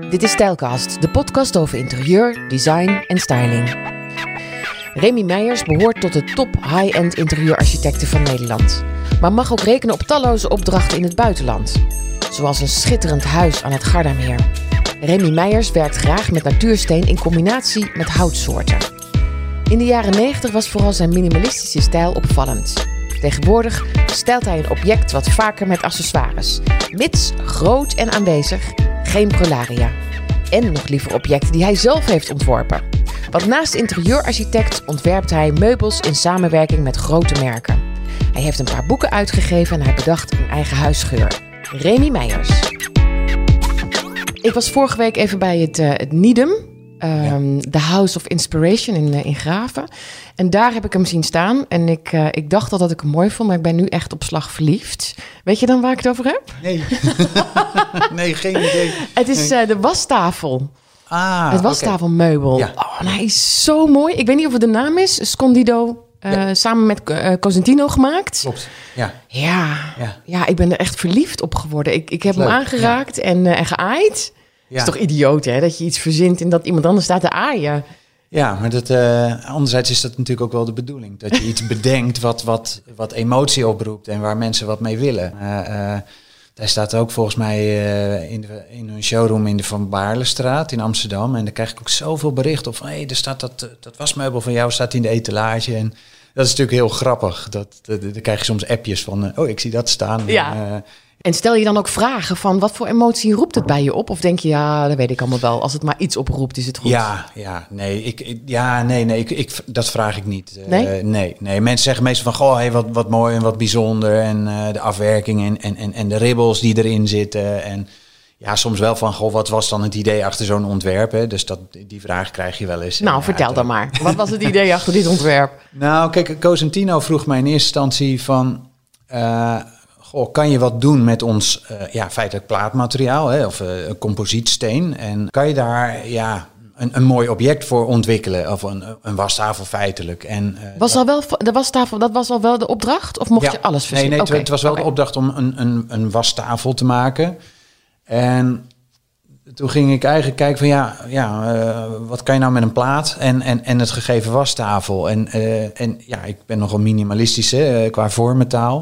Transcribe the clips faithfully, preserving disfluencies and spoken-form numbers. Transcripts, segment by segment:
Dit is Stijlcast, de podcast over interieur, design en styling. Remy Meijers behoort tot de top high-end interieurarchitecten van Nederland, maar mag ook rekenen op talloze opdrachten in het buitenland. Zoals een schitterend huis aan het Gardameer. Remy Meijers werkt graag met natuursteen in combinatie met houtsoorten. In de jaren negentig was vooral zijn minimalistische stijl opvallend. Tegenwoordig stijlt hij een object wat vaker met accessoires. Mits groot en aanwezig, geen prolaria. En nog liever objecten die hij zelf heeft ontworpen. Want naast interieurarchitect ontwerpt hij meubels in samenwerking met grote merken. Hij heeft een paar boeken uitgegeven en hij bedacht een eigen huisgeur. Remy Meijers. Ik was vorige week even bij het, uh, het Nidum, um, The House of Inspiration in, uh, in Graven. En daar heb ik hem zien staan. En ik, uh, ik dacht al dat ik hem mooi vond, maar ik ben nu echt op slag verliefd. Weet je dan waar ik het over heb? Nee, nee, geen idee. Het is uh, de wastafel. Ah, het wastafelmeubel. Ja. Oh, en hij is zo mooi. Ik weet niet of het de naam is. Scondido, uh, ja. samen met uh, Cosentino gemaakt. Klopt, ja. Ja. Ja. ja, ik ben er echt verliefd op geworden. Ik, ik heb Leuk. hem aangeraakt ja. en, uh, en geaaid. Ja. Het is toch idioot, hè? Dat je iets verzint en dat iemand anders staat te aaien. Ja, maar dat, uh, anderzijds is dat natuurlijk ook wel de bedoeling. Dat je iets bedenkt wat, wat, wat emotie oproept en waar mensen wat mee willen. Uh, uh, Hij staat ook volgens mij uh, in, de, in een showroom in de Van Baarlestraat in Amsterdam. En daar krijg ik ook zoveel berichten op van... hé, hey, er staat dat, dat wasmeubel van jou staat in de etalage. En dat is natuurlijk heel grappig. Dat, dat, dan krijg je soms appjes van... Uh, oh, ik zie dat staan. Ja. En, uh, en stel je dan ook vragen van... wat voor emotie roept het bij je op? Of denk je, ja, dat weet ik allemaal wel. Als het maar iets oproept, is het goed. Ja, ja, nee, ik, ik, ja, nee, nee ik, ik, dat vraag ik niet. Uh, nee? nee? Nee, mensen zeggen meestal van... goh, hey, wat, wat mooi en wat bijzonder. En uh, de afwerking en, en, en, en de ribbels die erin zitten. En ja, soms wel van... goh, wat was dan het idee achter zo'n ontwerp? Hè? Dus dat, die vraag krijg je wel eens. Nou, en, vertel ja, dan maar. Wat was het idee achter dit ontwerp? Nou, kijk, Cosentino vroeg mij in eerste instantie van... Uh, Goh, kan je wat doen met ons uh, ja, feitelijk plaatmateriaal, hè, of uh, een composietsteen? En kan je daar ja, een, een mooi object voor ontwikkelen? Of een, een wastafel feitelijk. En, uh, was al wel de wastafel, dat was al wel de opdracht? Of mocht ja, je alles verzinnen? Nee, nee okay. het was wel okay. de opdracht om een, een, een wastafel te maken. En toen ging ik eigenlijk kijken van ja, ja uh, wat kan je nou met een plaat en, en, en het gegeven wastafel? En, uh, en ja, ik ben nogal minimalistisch hè, uh, qua vormentaal.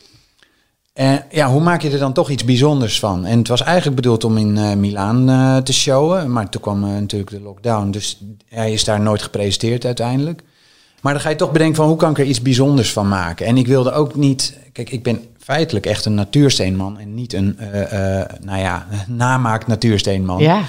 En ja, hoe maak je er dan toch iets bijzonders van? En het was eigenlijk bedoeld om in uh, Milaan uh, te showen. Maar toen kwam uh, natuurlijk de lockdown. Dus hij is daar nooit gepresenteerd uiteindelijk. Maar dan ga je toch bedenken van hoe kan ik er iets bijzonders van maken? En ik wilde ook niet... Kijk, ik ben feitelijk echt een natuursteenman. En niet een, uh, uh, nou ja, namaak natuursteenman. Ja.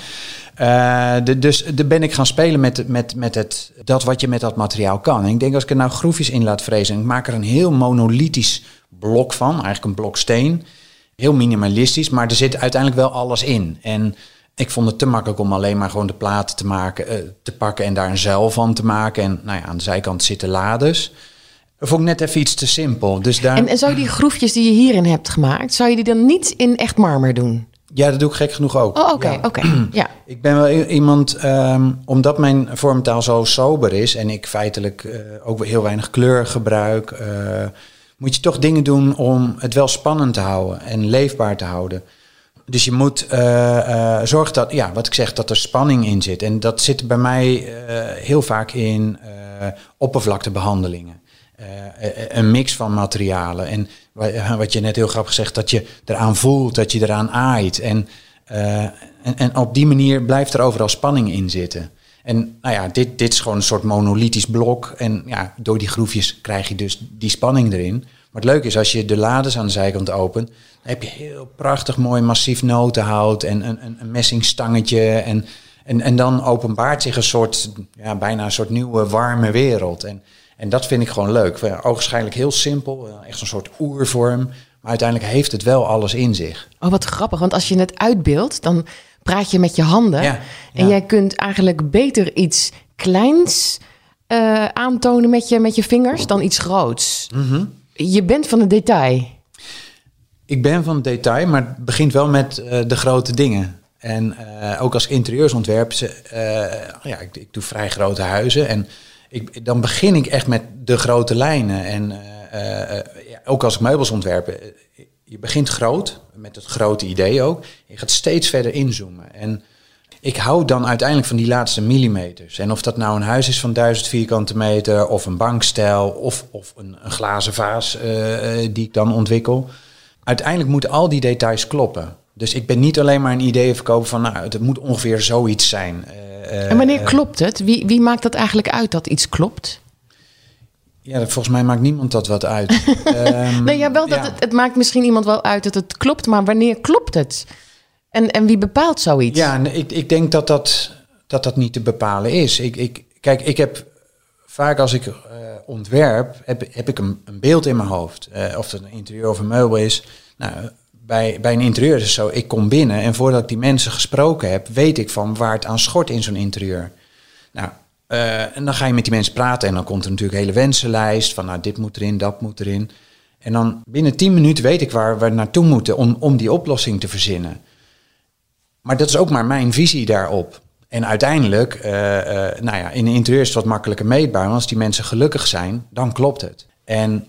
Uh, de, dus daar ben ik gaan spelen met, met, met het, dat wat je met dat materiaal kan. En ik denk als ik er nou groefjes in laat frezen... en ik maak er een heel monolithisch blok van, eigenlijk een blok steen. Heel minimalistisch, maar er zit uiteindelijk wel alles in. En ik vond het te makkelijk om alleen maar gewoon de platen te, maken, uh, te pakken... en daar een zuil van te maken. En nou ja, aan de zijkant zitten lades. Dat vond ik net even iets te simpel. Dus daar... en, en zou je die groefjes die je hierin hebt gemaakt... zou je die dan niet in echt marmer doen? Ja, dat doe ik gek genoeg ook. Oh, oké, okay, ja. oké. Okay. Ja. Ik ben wel iemand, um, omdat mijn vormtaal zo sober is... en ik feitelijk uh, ook heel weinig kleur gebruik... Uh, moet je toch dingen doen om het wel spannend te houden en leefbaar te houden. Dus je moet uh, uh, zorgen dat, ja, wat ik zeg, dat er spanning in zit. En dat zit bij mij uh, heel vaak in uh, oppervlaktebehandelingen. Uh, een mix van materialen. En wat je net heel grappig zegt, dat je eraan voelt, dat je eraan aait. En, uh, en, en op die manier blijft er overal spanning in zitten. En nou ja, dit, dit is gewoon een soort monolithisch blok. En ja, door die groefjes krijg je dus die spanning erin. Maar het leuke is, als je de lades aan de zijkant opent... dan heb je heel prachtig mooi massief notenhout en een, een, een messingstangetje. En, en, en dan openbaart zich een soort, ja, bijna een soort nieuwe warme wereld. En, en dat vind ik gewoon leuk. Ogenschijnlijk heel simpel, echt een soort oervorm. Maar uiteindelijk heeft het wel alles in zich. Oh, wat grappig, want als je het uitbeeldt... dan praat je met je handen. Ja, ja. En jij kunt eigenlijk beter iets kleins uh, aantonen met je, met je vingers dan iets groots. Mm-hmm. Je bent van het detail. Ik ben van het detail, maar het begint wel met uh, de grote dingen. En uh, ook als interieursontwerp, uh, ja, ik, ik doe vrij grote huizen. En ik, dan begin ik echt met de grote lijnen. En uh, uh, ja, ook als ik meubels ontwerp... Uh, je begint groot, met het grote idee ook. Je gaat steeds verder inzoomen. En ik hou dan uiteindelijk van die laatste millimeters. En of dat nou een huis is van duizend vierkante meter, of een bankstel, of, of een, een glazen vaas uh, die ik dan ontwikkel. Uiteindelijk moeten al die details kloppen. Dus ik ben niet alleen maar een idee verkopen van, nou, het moet ongeveer zoiets zijn. Uh, en wanneer uh, klopt het? Wie, wie maakt dat eigenlijk uit dat iets klopt? Ja, volgens mij maakt niemand dat wat uit. um, nee, ja, wel dat ja. het, het maakt misschien iemand wel uit dat het klopt, maar wanneer klopt het? En, en wie bepaalt zoiets? Ja, ik, ik denk dat dat, dat dat niet te bepalen is. Ik, ik, kijk, ik heb vaak als ik uh, ontwerp, heb, heb ik een, een beeld in mijn hoofd. Uh, of het een interieur of een meubel is. Nou, bij, bij een interieur is het zo, ik kom binnen en voordat ik die mensen gesproken heb, weet ik van waar het aan schort in zo'n interieur. Nou, uh, en dan ga je met die mensen praten en dan komt er natuurlijk een hele wensenlijst van, nou, dit moet erin, dat moet erin. En dan binnen tien minuten weet ik waar we naartoe moeten om, om die oplossing te verzinnen. Maar dat is ook maar mijn visie daarop. En uiteindelijk, uh, uh, nou ja, in een interieur is het wat makkelijker meetbaar. Want als die mensen gelukkig zijn, dan klopt het. En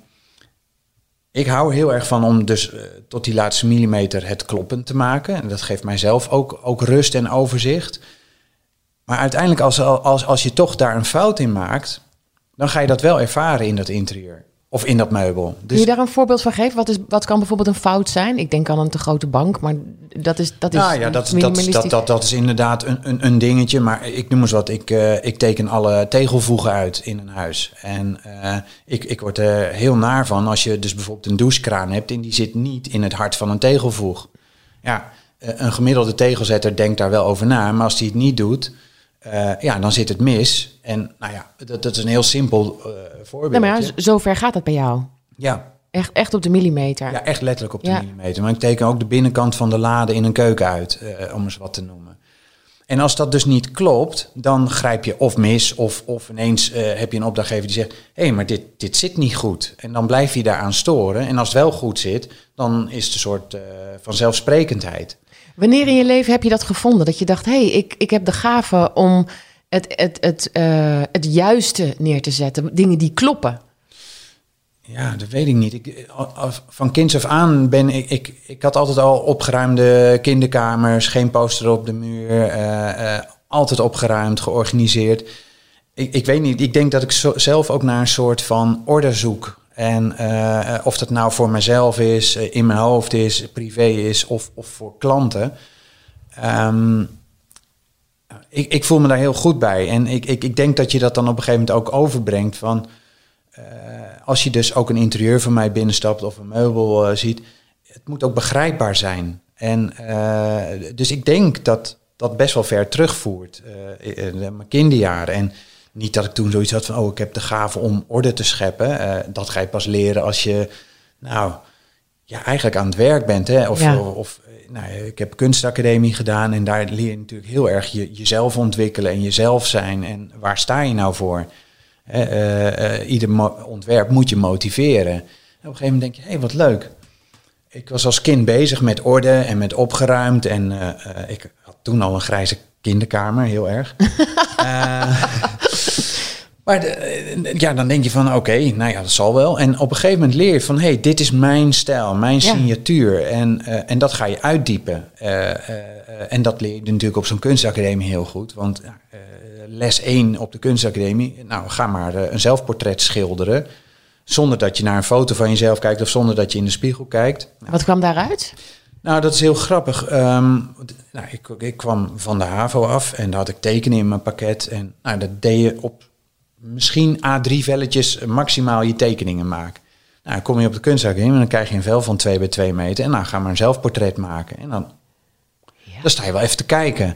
ik hou heel erg van om dus uh, tot die laatste millimeter het kloppend te maken. En dat geeft mijzelf ook, ook rust en overzicht. Maar uiteindelijk, als, als, als je toch daar een fout in maakt, dan ga je dat wel ervaren in dat interieur. Of in dat meubel. Dus, kun je daar een voorbeeld van geven? Wat, is, wat kan bijvoorbeeld een fout zijn? Ik denk aan een te grote bank, maar dat is dat is. Nou ja, dat, dat, dat, dat, dat is inderdaad een, een, een dingetje. Maar ik noem eens wat, ik, uh, ik teken alle tegelvoegen uit in een huis. En uh, ik, ik word er heel naar van als je dus bijvoorbeeld een douchekraan hebt en die zit niet in het hart van een tegelvoeg. Ja, uh, een gemiddelde tegelzetter denkt daar wel over na, maar als die het niet doet, Uh, ja, dan zit het mis. En nou ja, dat, dat is een heel simpel uh, voorbeeld. Nee, maar ja, zover gaat het bij jou. Ja. Echt, echt op de millimeter. Ja, echt letterlijk op de ja. millimeter. Maar ik teken ook de binnenkant van de lade in een keuken uit, uh, om eens wat te noemen. En als dat dus niet klopt, dan grijp je of mis, of, of ineens uh, heb je een opdrachtgever die zegt, hé, hey, maar dit, dit zit niet goed. En dan blijf je daaraan storen. En als het wel goed zit, dan is het een soort uh, vanzelfsprekendheid. Wanneer in je leven heb je dat gevonden? Dat je dacht, hé, hey, ik, ik heb de gave om het, het, het, uh, het juiste neer te zetten. Dingen die kloppen. Ja, dat weet ik niet. Ik, van kinds af aan ben ik, ik... Ik had altijd al opgeruimde kinderkamers, geen poster op de muur. Uh, uh, altijd opgeruimd, georganiseerd. Ik, ik weet niet, ik denk dat ik zo, zelf ook naar een soort van orde zoek. En uh, of dat nou voor mezelf is, uh, in mijn hoofd is, privé is of, of voor klanten. Um, ik, ik voel me daar heel goed bij. En ik, ik, ik denk dat je dat dan op een gegeven moment ook overbrengt. Van, uh, als je dus ook een interieur van mij binnenstapt of een meubel uh, ziet, het moet ook begrijpbaar zijn. En uh, dus ik denk dat dat best wel ver terugvoert. Uh, in mijn kinderjaren. En niet dat ik toen zoiets had van, oh, ik heb de gave om orde te scheppen. Uh, dat ga je pas leren als je, nou, ja, eigenlijk aan het werk bent. Hè? Of, ja. of, of nou, ik heb kunstacademie gedaan en daar leer je natuurlijk heel erg je, jezelf ontwikkelen en jezelf zijn. En waar sta je nou voor? Hè, uh, uh, ieder mo- ontwerp moet je motiveren. En op een gegeven moment denk je, hé, hey, wat leuk. Ik was als kind bezig met orde en met opgeruimd. En uh, uh, ik had toen al een grijze kinderkamer, heel erg. uh, maar de, ja, dan denk je van, oké, okay, nou ja, dat zal wel. En op een gegeven moment leer je van, hé, hey, dit is mijn stijl, mijn ja. signatuur. En, uh, en dat ga je uitdiepen. Uh, uh, uh, en dat leer je natuurlijk op zo'n kunstacademie heel goed. Want uh, les één op de kunstacademie, nou, ga maar uh, een zelfportret schilderen. Zonder dat je naar een foto van jezelf kijkt of zonder dat je in de spiegel kijkt. Nou, wat kwam daaruit? Nou, dat is heel grappig. Um, nou, ik, ik kwam van de HAVO af en daar had ik tekenen in mijn pakket. En nou, dat deed je op misschien A drie velletjes maximaal je tekeningen maken. Nou, dan kom je op de kunstacademie en dan krijg je een vel van twee bij twee meter. En dan ga maar een zelfportret maken. En dan, ja. dan sta je wel even te kijken.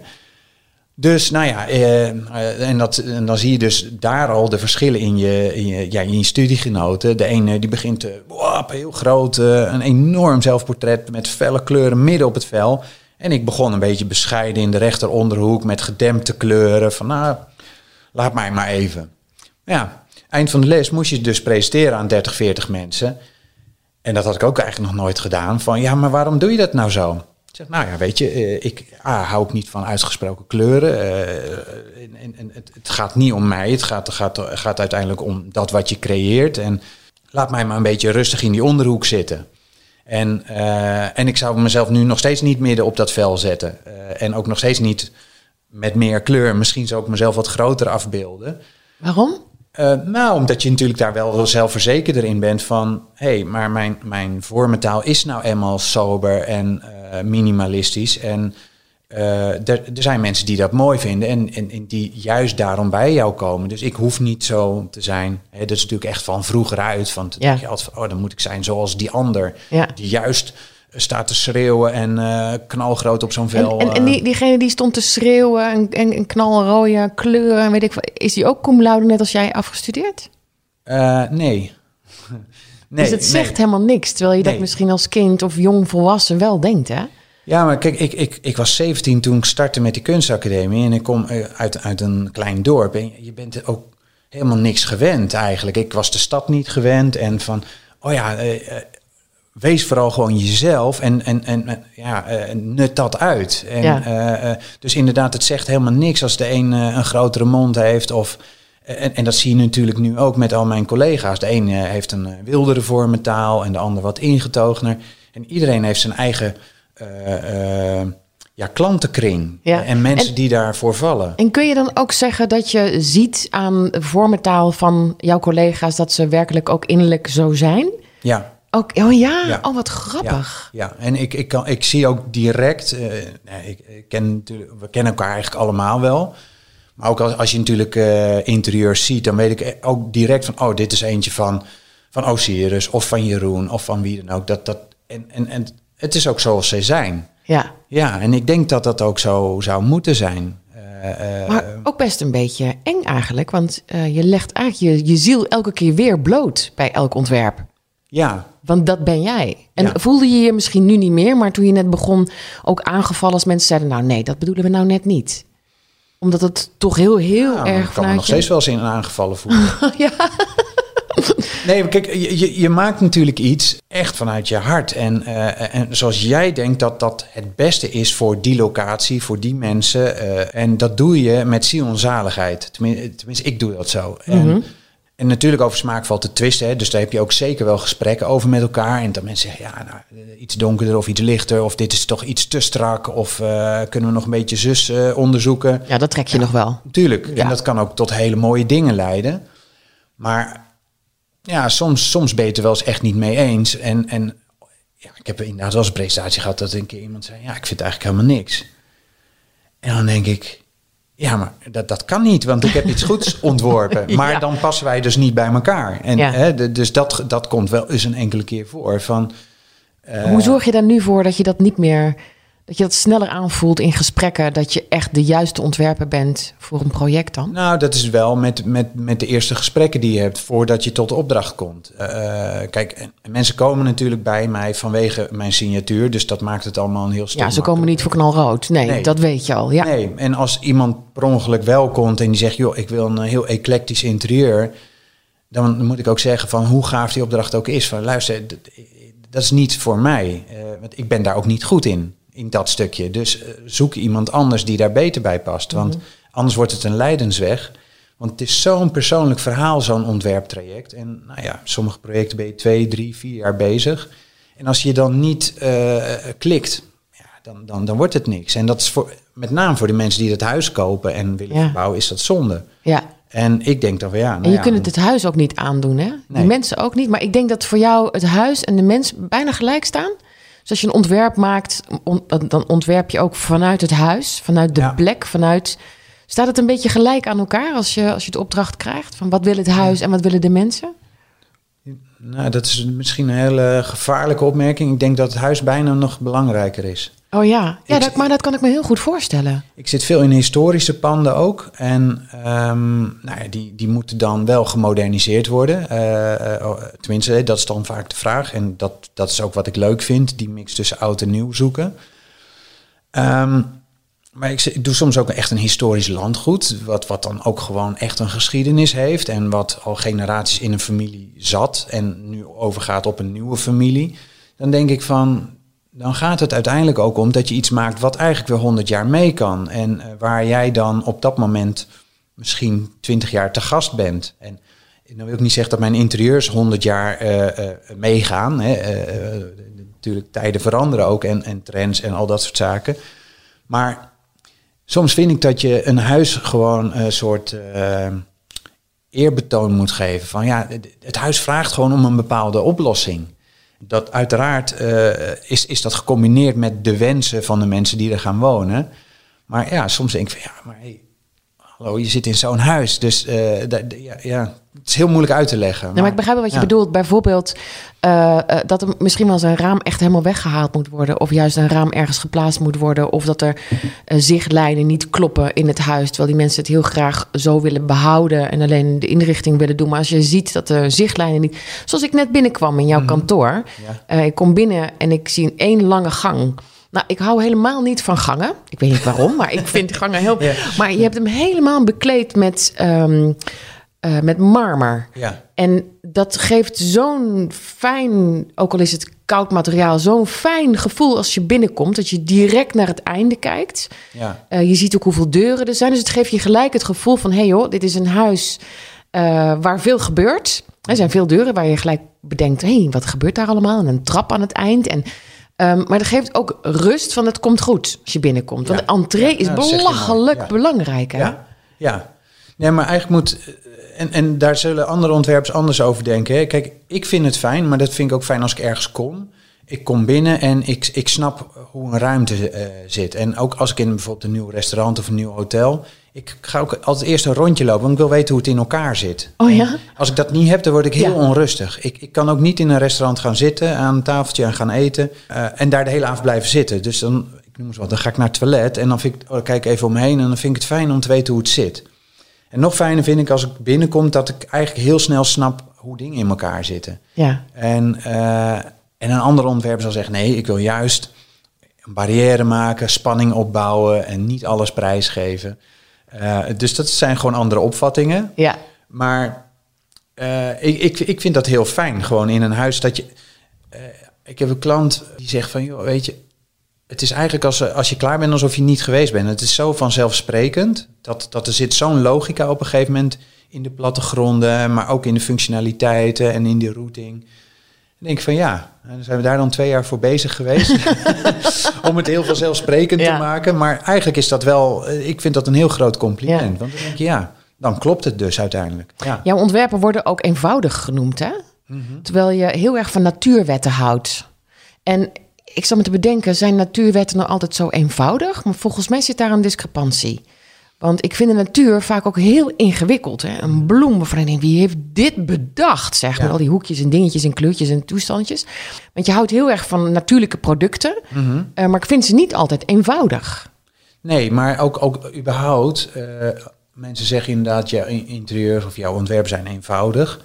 Dus nou ja, eh, en, dat, en dan zie je dus daar al de verschillen in je, in je, ja, in je studiegenoten. De ene die begint te, wow, heel groot, uh, een enorm zelfportret met felle kleuren midden op het vel. En ik begon een beetje bescheiden in de rechteronderhoek met gedempte kleuren. Van nou, laat mij maar even. Ja, eind van de les moest je dus presenteren aan dertig, veertig mensen. En dat had ik ook eigenlijk nog nooit gedaan. Van ja, maar waarom doe je dat nou zo? Ik zeg, nou ja, weet je, uh, ik ah, hou ik niet van uitgesproken kleuren. Uh, en, en, en het, het gaat niet om mij, het gaat, gaat, gaat uiteindelijk om dat wat je creëert. En laat mij maar een beetje rustig in die onderhoek zitten. En, uh, en ik zou mezelf nu nog steeds niet midden op dat vel zetten. Uh, en ook nog steeds niet met meer kleur. Misschien zou ik mezelf wat groter afbeelden. Waarom? Uh, nou, omdat je natuurlijk daar wel zelfverzekerder in bent van... hé, hey, maar mijn, mijn vormentaal is nou eenmaal sober en uh, minimalistisch. En uh, er, er zijn mensen die dat mooi vinden en, en, en die juist daarom bij jou komen. Dus ik hoef niet zo te zijn. Hè, dat is natuurlijk echt van vroeger uit. Van te ja. denk je altijd van, oh, dan moet ik zijn zoals die ander. Ja. Die juist staat te schreeuwen en uh, knalgroot op zo'n vel. En, en, en die, diegene die stond te schreeuwen en, en, en knalrode kleuren, weet ik wat, is die ook cum laude net als jij afgestudeerd? Uh, nee. nee. Dus het zegt nee. helemaal niks, terwijl je nee. dat misschien als kind of jong volwassen wel denkt, hè? Ja, maar kijk, ik, ik, ik was zeventien toen ik startte met die kunstacademie en ik kom uit, uit een klein dorp en je bent ook helemaal niks gewend eigenlijk. Ik was de stad niet gewend en van, oh ja... Uh, wees vooral gewoon jezelf en, en, en ja, uh, nut dat uit. En, ja. uh, uh, dus inderdaad, het zegt helemaal niks als de een uh, een grotere mond heeft. Of, uh, en, en dat zie je natuurlijk nu ook met al mijn collega's. De een uh, heeft een uh, wildere vormentaal en de ander wat ingetogener. En iedereen heeft zijn eigen uh, uh, ja, klantenkring. Ja. En mensen en, die daarvoor vallen. En kun je dan ook zeggen dat je ziet aan de vormentaal van jouw collega's dat ze werkelijk ook innerlijk zo zijn? Ja. Ook, oh ja? ja, oh wat grappig. Ja, ja. En ik, ik, kan, ik zie ook direct, uh, nee, ik, ik ken natuurlijk, we kennen elkaar eigenlijk allemaal wel. Maar ook als, als je natuurlijk uh, interieurs ziet, dan weet ik ook direct van, oh, dit is eentje van, van Osiris of van Jeroen of van wie dan ook. Dat, dat, en, en, en het is ook zoals zij zijn. Ja. Ja, en ik denk dat dat ook zo zou moeten zijn. Uh, uh, maar ook best een beetje eng eigenlijk, want uh, je legt eigenlijk je, je ziel elke keer weer bloot bij elk ontwerp. Ja. Want dat ben jij. En ja. voelde je je misschien nu niet meer, maar toen je net begon ook aangevallen als mensen zeiden, nou nee, dat bedoelen we nou net niet. Omdat het toch heel, heel nou, erg ik kan me nog je... steeds wel eens in aangevallen voelen. ja. Nee, kijk, je, je maakt natuurlijk iets echt vanuit je hart. En, uh, en zoals jij denkt dat dat het beste is voor die locatie, voor die mensen. Uh, en dat doe je met ziel en zaligheid. Tenminste, tenminste ik doe dat zo. Mm-hmm. En, en natuurlijk over smaak valt te twisten. Hè, dus daar heb je ook zeker wel gesprekken over met elkaar. En dat mensen zeggen, ja, nou, iets donkerder of iets lichter. Of dit is toch iets te strak. Of uh, kunnen we nog een beetje zus uh, onderzoeken. Ja, dat trek je ja, nog wel. Tuurlijk. Ja. En dat kan ook tot hele mooie dingen leiden. Maar ja, soms, soms ben je het er wel eens echt niet mee eens. En, en ja, ik heb inderdaad wel eens een presentatie gehad dat een keer iemand zei, ja, ik vind eigenlijk helemaal niks. En dan denk ik, ja, maar dat, dat kan niet, want ik heb iets goeds ontworpen. Maar ja. dan passen wij dus niet bij elkaar. En, ja. hè, de, dus dat, dat komt wel eens een enkele keer voor. Van, uh, Hoe zorg je daar nu voor dat je dat niet meer, dat je dat sneller aanvoelt in gesprekken, dat je echt de juiste ontwerper bent voor een project dan? Nou, dat is wel met, met, met de eerste gesprekken die je hebt voordat je tot de opdracht komt. Uh, kijk, mensen komen natuurlijk bij mij vanwege mijn signatuur, dus dat maakt het allemaal een heel stuk. Ja, ze komen niet voor knalrood. Nee, nee, dat weet je al. Ja. Nee, en als iemand per ongeluk wel komt en die zegt, joh, ik wil een heel eclectisch interieur, dan moet ik ook zeggen van hoe gaaf die opdracht ook is. Van luister, dat, dat is niet voor mij, uh, want ik ben daar ook niet goed in. In dat stukje. Dus uh, zoek iemand anders die daar beter bij past. Want mm-hmm. anders wordt het een lijdensweg. Want het is zo'n persoonlijk verhaal, zo'n ontwerptraject. En nou ja, sommige projecten ben je twee, drie, vier jaar bezig. En als je dan niet uh, klikt, ja, dan, dan, dan wordt het niks. En dat is voor, met name voor de mensen die het huis kopen en willen ja. verbouwen, is dat zonde. Ja. En ik denk dan van ja... Nou en je ja, kunt het het huis ook niet aandoen, hè? Nee. Die mensen ook niet. Maar ik denk dat voor jou het huis en de mens bijna gelijk staan. Dus als je een ontwerp maakt, on, dan ontwerp je ook vanuit het huis, vanuit de ja. plek, vanuit... Staat het een beetje gelijk aan elkaar als je, als je de opdracht krijgt? Van wat wil het huis en wat willen de mensen? Nou, dat is misschien een hele gevaarlijke opmerking. Ik denk dat het huis bijna nog belangrijker is. Oh ja, ja dat, maar dat kan ik me heel goed voorstellen. Ik zit veel in historische panden ook. En um, nou ja, die, die moeten dan wel gemoderniseerd worden. Uh, uh, tenminste, dat is dan vaak de vraag. En dat, dat is ook wat ik leuk vind. Die mix tussen oud en nieuw zoeken. Um, maar ik, ik doe soms ook echt een historisch landgoed. Wat, wat dan ook gewoon echt een geschiedenis heeft. En wat al generaties in een familie zat. En nu overgaat op een nieuwe familie. Dan denk ik van... Dan gaat het uiteindelijk ook om dat je iets maakt wat eigenlijk weer honderd jaar mee kan. En uh, waar jij dan op dat moment misschien twintig jaar te gast bent. En dan wil ik niet zeggen dat mijn interieurs honderd jaar uh, uh, meegaan. Hè. Uh, uh, natuurlijk, tijden veranderen ook en, en trends en al dat soort zaken. Maar soms vind ik dat je een huis gewoon een soort uh, eerbetoon moet geven. Van ja, het huis vraagt gewoon om een bepaalde oplossing. Dat uiteraard uh, is, is dat gecombineerd met de wensen van de mensen die er gaan wonen. Maar ja, soms denk ik van ja, maar hey, hallo, je zit in zo'n huis. Dus uh, d- d- ja, ja, het is heel moeilijk uit te leggen. Nou, maar ik begrijp wel wat je ja. bedoelt. Bijvoorbeeld uh, uh, dat er misschien wel eens een raam echt helemaal weggehaald moet worden. Of juist een raam ergens geplaatst moet worden. Of dat er uh, zichtlijnen niet kloppen in het huis. Terwijl die mensen het heel graag zo willen behouden. En alleen de inrichting willen doen. Maar als je ziet dat de zichtlijnen niet... Zoals ik net binnenkwam in jouw mm-hmm. kantoor. Ja. Uh, ik kom binnen en ik zie een één lange gang. Nou, ik hou helemaal niet van gangen. Ik weet niet waarom, maar ik vind gangen heel... Ja. Maar je hebt hem helemaal bekleed met... Um, Uh, met marmer. Ja. En dat geeft zo'n fijn, ook al is het koud materiaal, zo'n fijn gevoel als je binnenkomt, dat je direct naar het einde kijkt. Ja. Uh, je ziet ook hoeveel deuren er zijn. Dus het geeft je gelijk het gevoel van, hé hey joh, dit is een huis uh, waar veel gebeurt. Er zijn veel deuren waar je gelijk bedenkt, hé, hey, wat gebeurt daar allemaal? En een trap aan het eind. En, um, maar dat geeft ook rust van, het komt goed als je binnenkomt. Want ja. de entree ja, is ja, belachelijk ja. belangrijk. Hè? Ja, ja. Nee, maar eigenlijk moet... En, en daar zullen andere ontwerpers anders over denken. Hè. Kijk, ik vind het fijn, maar dat vind ik ook fijn als ik ergens kom. Ik kom binnen en ik, ik snap hoe een ruimte uh, zit. En ook als ik in bijvoorbeeld een nieuw restaurant of een nieuw hotel... ik ga ook altijd eerst een rondje lopen, want ik wil weten hoe het in elkaar zit. Oh ja? Als ik dat niet heb, dan word ik heel ja. onrustig. Ik, ik kan ook niet in een restaurant gaan zitten, aan een tafeltje en gaan eten... Uh, en daar de hele avond blijven zitten. Dus dan, ik noem eens wat, dan ga ik naar het toilet en dan vind ik, oh, kijk ik even omheen... en dan vind ik het fijn om te weten hoe het zit. En nog fijner vind ik als ik binnenkom dat ik eigenlijk heel snel snap hoe dingen in elkaar zitten. Ja. En, uh, en een andere ontwerper zal zeggen, nee, ik wil juist een barrière maken, spanning opbouwen en niet alles prijsgeven. Uh, dus dat zijn gewoon andere opvattingen. Ja. Maar uh, ik, ik, ik vind dat heel fijn, gewoon in een huis dat je... Uh, ik heb een klant die zegt van, joh, weet je... Het is eigenlijk als, als je klaar bent alsof je niet geweest bent. Het is zo vanzelfsprekend. Dat, dat er zit zo'n logica op een gegeven moment in de plattegronden. Maar ook in de functionaliteiten en in de routing. Dan denk ik van ja, dan zijn we daar dan twee jaar voor bezig geweest. Om het heel vanzelfsprekend ja. te maken. Maar eigenlijk is dat wel, ik vind dat een heel groot compliment. Ja. Want dan denk je ja, dan klopt het dus uiteindelijk. Ja. Jouw ontwerpen worden ook eenvoudig genoemd, hè? Mm-hmm. Terwijl je heel erg van natuurwetten houdt. En... ik zat me te bedenken, zijn natuurwetten nou altijd zo eenvoudig? Maar volgens mij zit daar een discrepantie. Want ik vind de natuur vaak ook heel ingewikkeld. Hè? Een bloem waarvan ik denk, wie heeft dit bedacht? Zeg, ja. Met al die hoekjes en dingetjes en kleurtjes en toestandjes. Want je houdt heel erg van natuurlijke producten. Mm-hmm. Uh, maar ik vind ze niet altijd eenvoudig. Nee, maar ook, ook überhaupt... Uh, mensen zeggen inderdaad, jouw interieur of jouw ontwerpen zijn eenvoudig...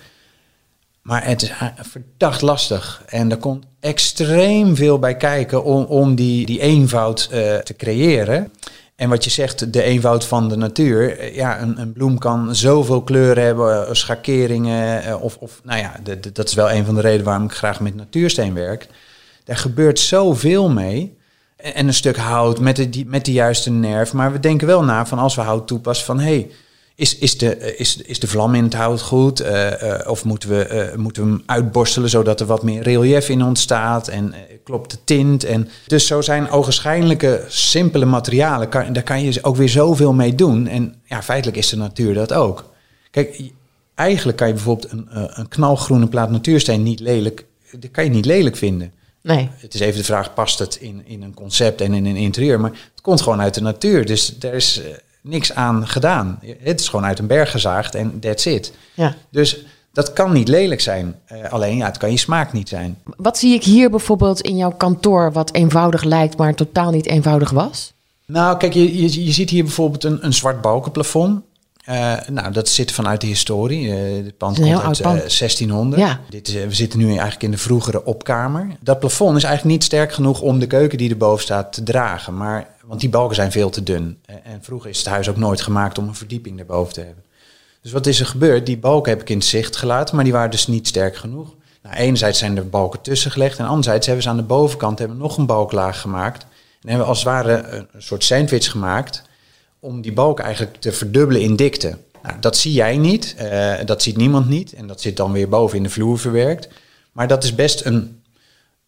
Maar het is verdacht lastig. En er komt extreem veel bij kijken om, om die, die eenvoud uh, te creëren. En wat je zegt, de eenvoud van de natuur. Ja, een, een bloem kan zoveel kleuren hebben, schakeringen. Uh, of, of, nou ja, de, de, dat is wel een van de redenen waarom ik graag met natuursteen werk. Daar gebeurt zoveel mee. En een stuk hout met de, die, met de juiste nerf. Maar we denken wel na van als we hout toepassen van... hey, Is, is, de, is, is de vlam in het hout goed? Uh, uh, of moeten we, uh, moeten we hem uitborstelen zodat er wat meer relief in ontstaat? En uh, klopt de tint? En dus zo zijn ogenschijnlijke simpele materialen. Kan, daar kan je ook weer zoveel mee doen. En ja, feitelijk is de natuur dat ook. Kijk, eigenlijk kan je bijvoorbeeld een, uh, een knalgroene plaat natuursteen niet lelijk... Dat kan je niet lelijk vinden. Nee. Het is even de vraag, past het in, in een concept en in een interieur? Maar het komt gewoon uit de natuur. Dus er is... Uh, niks aan gedaan. Het is gewoon uit een berg gezaagd en that's it. Ja. Dus dat kan niet lelijk zijn. Uh, alleen, ja, het kan je smaak niet zijn. Wat zie ik hier bijvoorbeeld in jouw kantoor... wat eenvoudig lijkt, maar totaal niet eenvoudig was? Nou, kijk, je, je, je ziet hier bijvoorbeeld een, een zwart balkenplafond. Uh, nou, dat zit vanuit de historie. Uh, het pand komt uit uh, zestienhonderd. Ja. Dit is, we zitten nu eigenlijk in de vroegere opkamer. Dat plafond is eigenlijk niet sterk genoeg om de keuken die erboven staat te dragen. Maar, want die balken zijn veel te dun. Uh, en vroeger is het huis ook nooit gemaakt om een verdieping erboven te hebben. Dus wat is er gebeurd? Die balken heb ik in het zicht gelaten, maar die waren dus niet sterk genoeg. Nou, enerzijds zijn er balken tussen gelegd en anderzijds hebben ze aan de bovenkant hebben nog een balklaag gemaakt. En hebben we als het ware een, een soort sandwich gemaakt... om die balk eigenlijk te verdubbelen in dikte. Nou, dat zie jij niet, uh, dat ziet niemand niet. En dat zit dan weer boven in de vloer verwerkt. Maar dat is best een,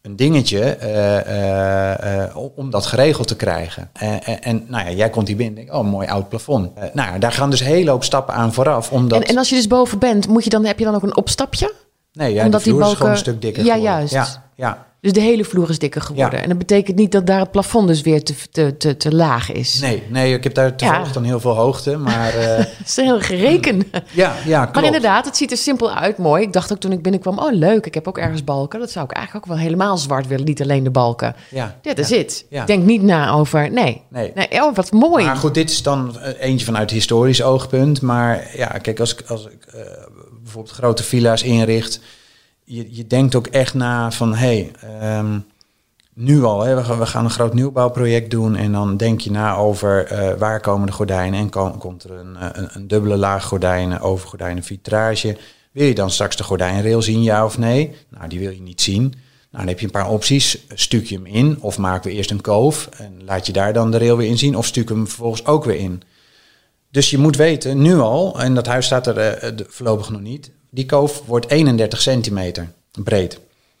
een dingetje uh, uh, uh, om dat geregeld te krijgen. Uh, uh, en nou ja, jij komt hier binnen en denkt, oh, een mooi oud plafond. Uh, nou ja, daar gaan dus een hele hoop stappen aan vooraf. Omdat... En, en als je dus boven bent, moet je dan, heb je dan ook een opstapje? Nee, ja, omdat de vloer die balken... is gewoon een stuk dikker ja, geworden. Juist. Ja, ja. Dus de hele vloer is dikker geworden. Ja. En dat betekent niet dat daar het plafond dus weer te, te, te, te laag is. Nee, nee, ik heb daar toevallig ja. dan heel veel hoogte, maar... Uh... dat is heel gereken. ja, ja, klopt. Maar inderdaad, het ziet er simpel uit, mooi. Ik dacht ook toen ik binnenkwam, oh leuk, ik heb ook ergens balken. Dat zou ik eigenlijk ook wel helemaal zwart willen, niet alleen de balken. Ja, Dit is ja. het. Ja. Ik denk niet na over, nee. nee. nee. Oh, wat mooi. Maar goed, dit is dan eentje vanuit historisch oogpunt. Maar ja, kijk, als ik, als ik uh, bijvoorbeeld grote villa's inricht... Je, je denkt ook echt na van, hé, hey, um, nu al, hè, we, gaan, we gaan een groot nieuwbouwproject doen... en dan denk je na over uh, waar komen de gordijnen... en kom, komt er een, een, een dubbele laag gordijnen, overgordijnen, vitrage. Wil je dan straks de gordijnrail zien, ja of nee? Nou, die wil je niet zien. Nou, dan heb je een paar opties. Stuk je hem in of maken we eerst een koof... en laat je daar dan de rail weer in zien... of stuk hem vervolgens ook weer in. Dus je moet weten, nu al, en dat huis staat er uh, de, voorlopig nog niet... die koof wordt eenendertig centimeter breed.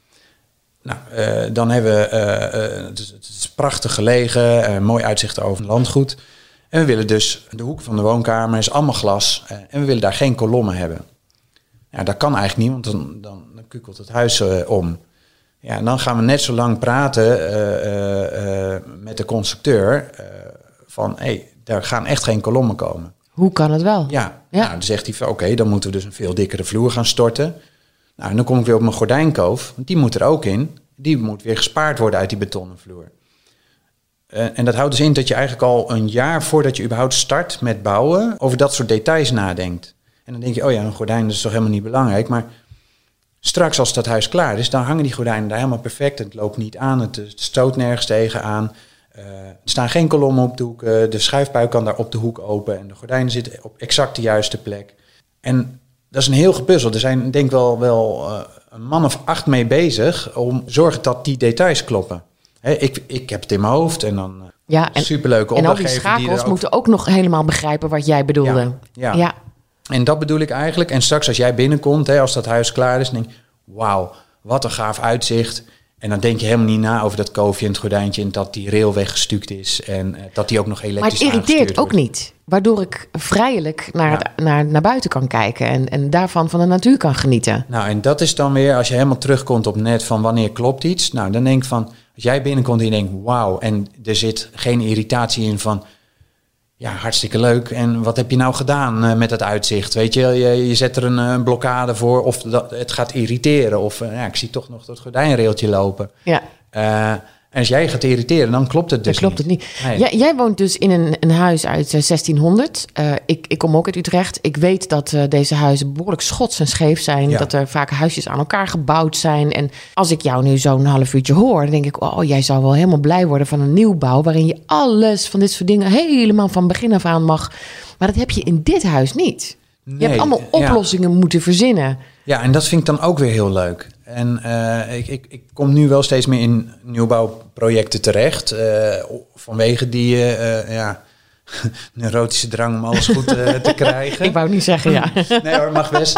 Nou, uh, dan hebben we, uh, uh, het, is, het is prachtig gelegen, uh, mooi uitzicht over het landgoed. En we willen dus, de hoek van de woonkamer is allemaal glas. Uh, en we willen daar geen kolommen hebben. Ja, dat kan eigenlijk niet, want dan, dan, dan kukelt het huis uh, om. Ja, en dan gaan we net zo lang praten uh, uh, uh, met de constructeur uh, van, hé, hey, daar gaan echt geen kolommen komen. Hoe kan het wel? Ja, ja. Nou, dan zegt hij van oké, okay, dan moeten we dus een veel dikkere vloer gaan storten. Nou, en dan kom ik weer op mijn gordijnkoof, want die moet er ook in. Die moet weer gespaard worden uit die betonnen vloer. Uh, en dat houdt dus in dat je eigenlijk al een jaar voordat je überhaupt start met bouwen, over dat soort details nadenkt. En dan denk je, oh ja, een gordijn is toch helemaal niet belangrijk, maar straks als dat huis klaar is, dan hangen die gordijnen daar helemaal perfect. Het loopt niet aan, het stoot nergens tegenaan. Uh, er staan geen kolommen op de hoek, uh, de schuifbuik kan daar op de hoek open en de gordijnen zitten op exact de juiste plek. En dat is een heel gepuzzel. Er zijn denk ik wel, wel uh, een man of acht mee bezig om te zorgen dat die details kloppen. Hè, ik, ik heb het in mijn hoofd en dan uh, ja, en, superleuke en al die opdrachtgever. schakels die ook... moeten ook nog helemaal begrijpen wat jij bedoelde. Ja, ja. ja. En dat bedoel ik eigenlijk. En straks als jij binnenkomt, hè, als dat huis klaar is, dan denk je, wauw, wat een gaaf uitzicht. En dan denk je helemaal niet na over dat koofje en het gordijntje... en dat die rail weggestuukt is en uh, dat die ook nog elektrisch Maar het irriteert ook wordt. niet. Waardoor ik vrijelijk naar, Ja. het, naar, naar buiten kan kijken... En, en daarvan van de natuur kan genieten. Nou, en dat is dan weer, als je helemaal terugkomt op net van wanneer klopt iets... nou, dan denk ik van, als jij binnenkomt en je denkt, wauw... en er zit geen irritatie in van... ja, hartstikke leuk. En wat heb je nou gedaan uh, met het uitzicht? Weet je, je, je zet er een uh, blokkade voor of dat, het gaat irriteren. Of uh, ja, ik zie toch nog dat gordijnrailtje lopen. Ja. Uh, en als jij gaat irriteren, dan klopt het dus dan klopt niet. het niet. Nee. Jij, jij woont dus in een, een huis uit uh, zestienhonderd. Uh, ik, ik kom ook uit Utrecht. Ik weet dat uh, deze huizen behoorlijk schots en scheef zijn. Ja. Dat er vaak huisjes aan elkaar gebouwd zijn. En als ik jou nu zo'n half uurtje hoor... dan denk ik, oh, jij zou wel helemaal blij worden van een nieuwbouw... waarin je alles van dit soort dingen helemaal van begin af aan mag. Maar dat heb je in dit huis niet. Nee, je hebt allemaal oplossingen ja. moeten verzinnen. Ja, en dat vind ik dan ook weer heel leuk. En uh, ik, ik, ik kom nu wel steeds meer in nieuwbouwprojecten terecht. Uh, vanwege die uh, ja, neurotische drang om alles goed uh, te krijgen. Ik wou niet zeggen, ja. Nee hoor, mag best.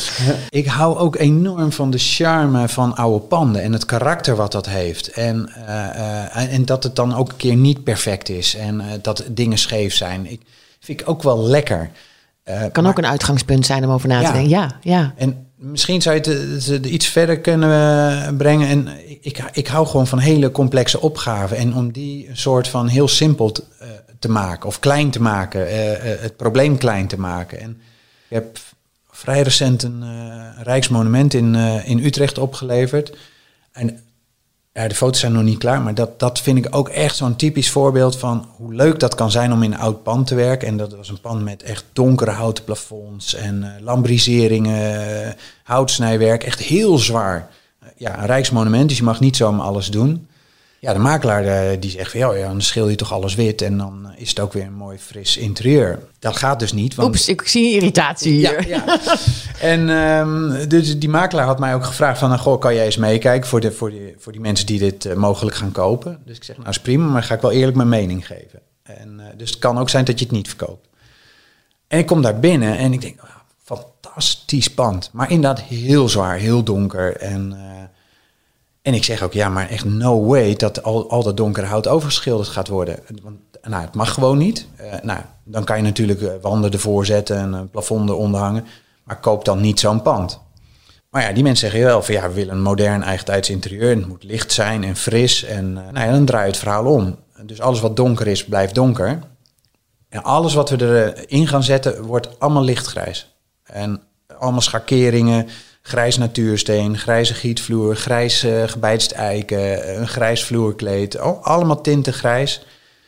Ik hou ook enorm van de charme van oude panden en het karakter wat dat heeft. En, uh, uh, en dat het dan ook een keer niet perfect is en uh, dat dingen scheef zijn. Ik vind ik ook wel lekker. Uh, kan maar, ook een uitgangspunt zijn om over na te ja. denken. Ja, ja. En misschien zou je het, het iets verder kunnen brengen. En ik, ik hou gewoon van hele complexe opgaven. En om die een soort van heel simpel te, uh, te maken. Of klein te maken. Uh, uh, het probleem klein te maken. En ik heb vrij recent een uh, Rijksmonument in, uh, in Utrecht opgeleverd. En ja, de foto's zijn nog niet klaar. Maar dat, dat vind ik ook echt zo'n typisch voorbeeld van hoe leuk dat kan zijn om in een oud pand te werken. En dat was een pand met echt donkere houten plafonds en uh, lambriseringen, uh, houtsnijwerk. Echt heel zwaar. Uh, ja, een Rijksmonument, dus je mag niet zomaar alles doen. Ja, de makelaar uh, die zegt van ja, ja, dan schil je toch alles wit en dan is het ook weer een mooi fris interieur. Dat gaat dus niet. Want... Oeps, ik zie irritatie hier. Ja, ja. En um, dus die makelaar had mij ook gevraagd van, nou, goh, kan jij eens meekijken voor, de, voor, die, voor die mensen die dit uh, mogelijk gaan kopen. Dus ik zeg, nou is prima, maar ga ik wel eerlijk mijn mening geven. En, uh, dus het kan ook zijn dat je het niet verkoopt. En ik kom daar binnen en ik denk, oh, fantastisch pand. Maar inderdaad heel zwaar, heel donker. En uh, En ik zeg ook, ja, maar echt no way dat al, al dat donkere hout overgeschilderd gaat worden. Want nou, het mag gewoon niet. Uh, nou, dan kan je natuurlijk uh, wanden ervoor zetten en een plafond eronder hangen. Maar koop dan niet zo'n pand. Maar ja, die mensen zeggen wel van ja, we willen een modern eigentijds interieur. En het moet licht zijn en fris. En uh, nou ja, dan draai je het verhaal om. Dus alles wat donker is, blijft donker. En alles wat we erin gaan zetten, wordt allemaal lichtgrijs. En allemaal schakeringen, grijs natuursteen, grijze gietvloer, grijs uh, gebeitst eiken, een grijs vloerkleed. Al, allemaal tinten grijs.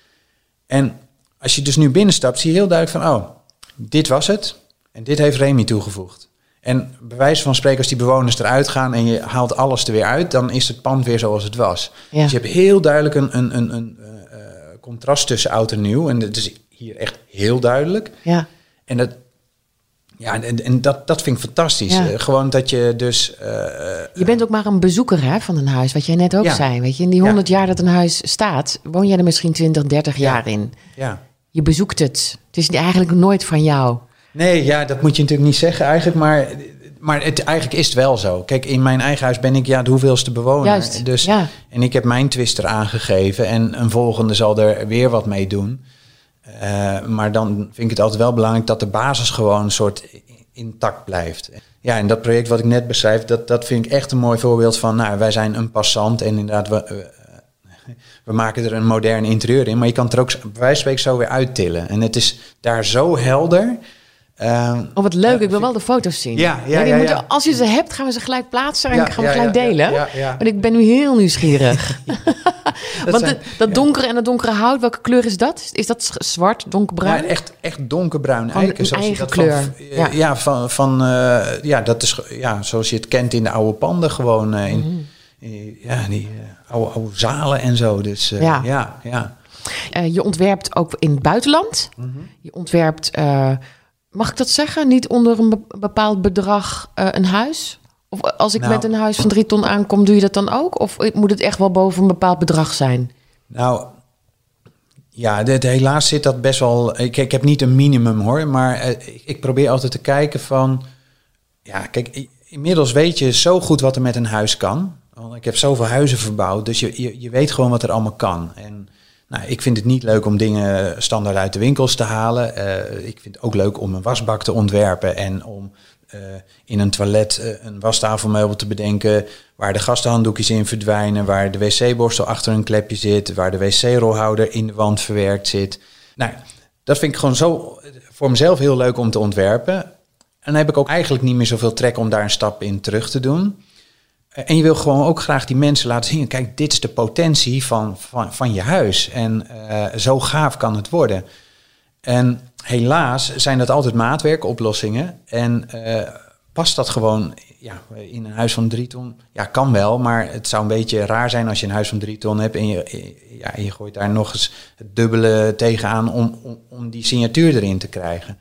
En als je dus nu binnenstapt, zie je heel duidelijk van, oh, dit was het. En dit heeft Remy toegevoegd. En bij wijze van spreken, als die bewoners eruit gaan en je haalt alles er weer uit, dan is het pand weer zoals het was. Ja. Dus je hebt heel duidelijk een, een, een, een uh, contrast tussen oud en nieuw. En dat is hier echt heel duidelijk. Ja. En dat, ja, en, en dat, dat vind ik fantastisch. Ja. Uh, gewoon dat je dus... Uh, je bent ook maar een bezoeker hè, van een huis, wat jij net ook ja. zei. Weet je, in die honderd ja. jaar dat een huis staat, woon jij er misschien twintig, dertig ja. jaar in. Ja. Je bezoekt het. Het is eigenlijk nooit van jou. Nee, ja, dat moet je natuurlijk niet zeggen eigenlijk, maar, maar het, eigenlijk is het wel zo. Kijk, in mijn eigen huis ben ik ja de hoeveelste bewoner. Juist, dus, ja. En ik heb mijn twist er aangegeven en een volgende zal er weer wat mee doen. Uh, maar dan vind ik het altijd wel belangrijk dat de basis gewoon een soort intact blijft. Ja, en dat project wat ik net beschrijf, dat, dat vind ik echt een mooi voorbeeld van, nou, wij zijn een passant en inderdaad, we, uh, we maken er een modern interieur in, maar je kan het er ook bij wijze van spreken zo weer uittillen. En het is daar zo helder. Uh, oh, wat leuk. Uh, ik wil wel de foto's zien. Ja, ja, ja, ja, moeten, ja. Als je ze hebt, gaan we ze gelijk plaatsen en ja, gaan we ja, gelijk ja, delen. Ja, ja, ja. Want ik ben nu heel nieuwsgierig. dat Want zijn, de, dat donkere ja. en dat donkere hout, welke kleur is dat? Is dat zwart, donkerbruin? Ja, echt, echt donkerbruin eiken. Zoals eigen je dat kleur. Van, ja. ja, van, van uh, ja, dat is ja, zoals je het kent in de oude panden gewoon. Uh, in, mm-hmm. in, ja, die uh, oude, oude zalen en zo. Dus uh, ja, ja. ja. Uh, je ontwerpt ook in het buitenland. Mm-hmm. Je ontwerpt... Uh, Mag ik dat zeggen? Niet onder een bepaald bedrag uh, een huis? Of als ik nou, met een huis van drie ton aankom, doe je dat dan ook? Of moet het echt wel boven een bepaald bedrag zijn? Nou, ja, de, de, helaas zit dat best wel... Ik, ik heb niet een minimum hoor, maar uh, ik, ik probeer altijd te kijken van... Ja, kijk, inmiddels weet je zo goed wat er met een huis kan. Want ik heb zoveel huizen verbouwd, dus je, je, je weet gewoon wat er allemaal kan. En... Nou, ik vind het niet leuk om dingen standaard uit de winkels te halen. Uh, ik vind het ook leuk om een wasbak te ontwerpen en om uh, in een toilet uh, een wastafelmeubel te bedenken waar de gastenhanddoekjes in verdwijnen, waar de wc-borstel achter een klepje zit, waar de wc-rolhouder in de wand verwerkt zit. Nou, dat vind ik gewoon zo voor mezelf heel leuk om te ontwerpen. En dan heb ik ook eigenlijk niet meer zoveel trek om daar een stap in terug te doen. En je wil gewoon ook graag die mensen laten zien... kijk, dit is de potentie van, van, van je huis. En uh, zo gaaf kan het worden. En helaas zijn dat altijd maatwerkoplossingen. En uh, past dat gewoon ja, in een huis van drie ton? Ja, kan wel, maar het zou een beetje raar zijn... als je een huis van drie ton hebt... en je, ja, je gooit daar nog eens het dubbele tegenaan... om, om, om die signatuur erin te krijgen.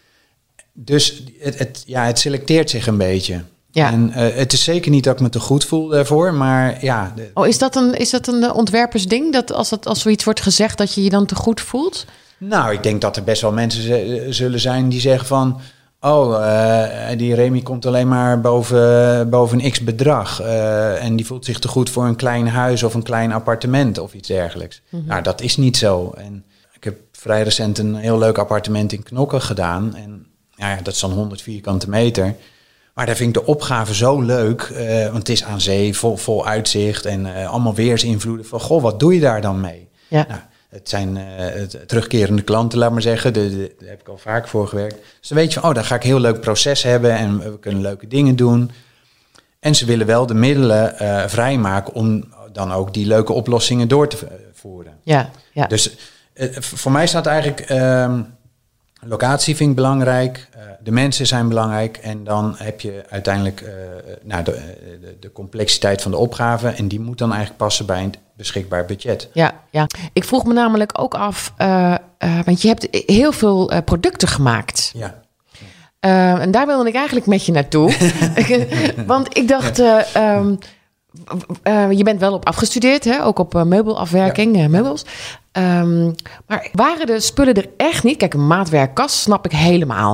Dus het, het, ja, het selecteert zich een beetje... Ja. En uh, het is zeker niet dat ik me te goed voel daarvoor, maar ja. De... Oh, is dat een, is dat een ontwerpersding? Dat als, dat als zoiets wordt gezegd, dat je je dan te goed voelt? Nou, ik denk dat er best wel mensen z- zullen zijn die zeggen van... oh, uh, die Remy komt alleen maar boven, boven een x bedrag. Uh, en die voelt zich te goed voor een klein huis of een klein appartement of iets dergelijks. Mm-hmm. Nou, dat is niet zo. En ik heb vrij recent een heel leuk appartement in Knokken gedaan. En ja, ja, dat is dan honderd vierkante meter... Maar daar vind ik de opgave zo leuk, uh, want het is aan zee, vol, vol uitzicht en uh, allemaal weersinvloeden. Van, goh, wat doe je daar dan mee? Ja. Nou, het zijn uh, het, terugkerende klanten, laat maar zeggen. De, de, daar heb ik al vaak voor gewerkt. Dus dan weet je van, oh, daar ga ik een heel leuk proces hebben en we kunnen leuke dingen doen. En ze willen wel de middelen uh, vrijmaken om dan ook die leuke oplossingen door te voeren. Ja, ja. Dus uh, voor mij staat eigenlijk... Uh, locatie vind ik belangrijk, uh, de mensen zijn belangrijk en dan heb je uiteindelijk uh, nou, de, de, de complexiteit van de opgave en die moet dan eigenlijk passen bij een beschikbaar budget. Ja, ja. Ik vroeg me namelijk ook af, uh, uh, want je hebt heel veel uh, producten gemaakt. Ja. Uh, en daar wilde ik eigenlijk met je naartoe. Want ik dacht, uh, um, uh, je bent wel op afgestudeerd, hè? Ook op uh, meubelafwerking, ja. uh, meubels. Um, maar waren de spullen er echt niet? Kijk, een maatwerkkast snap ik helemaal.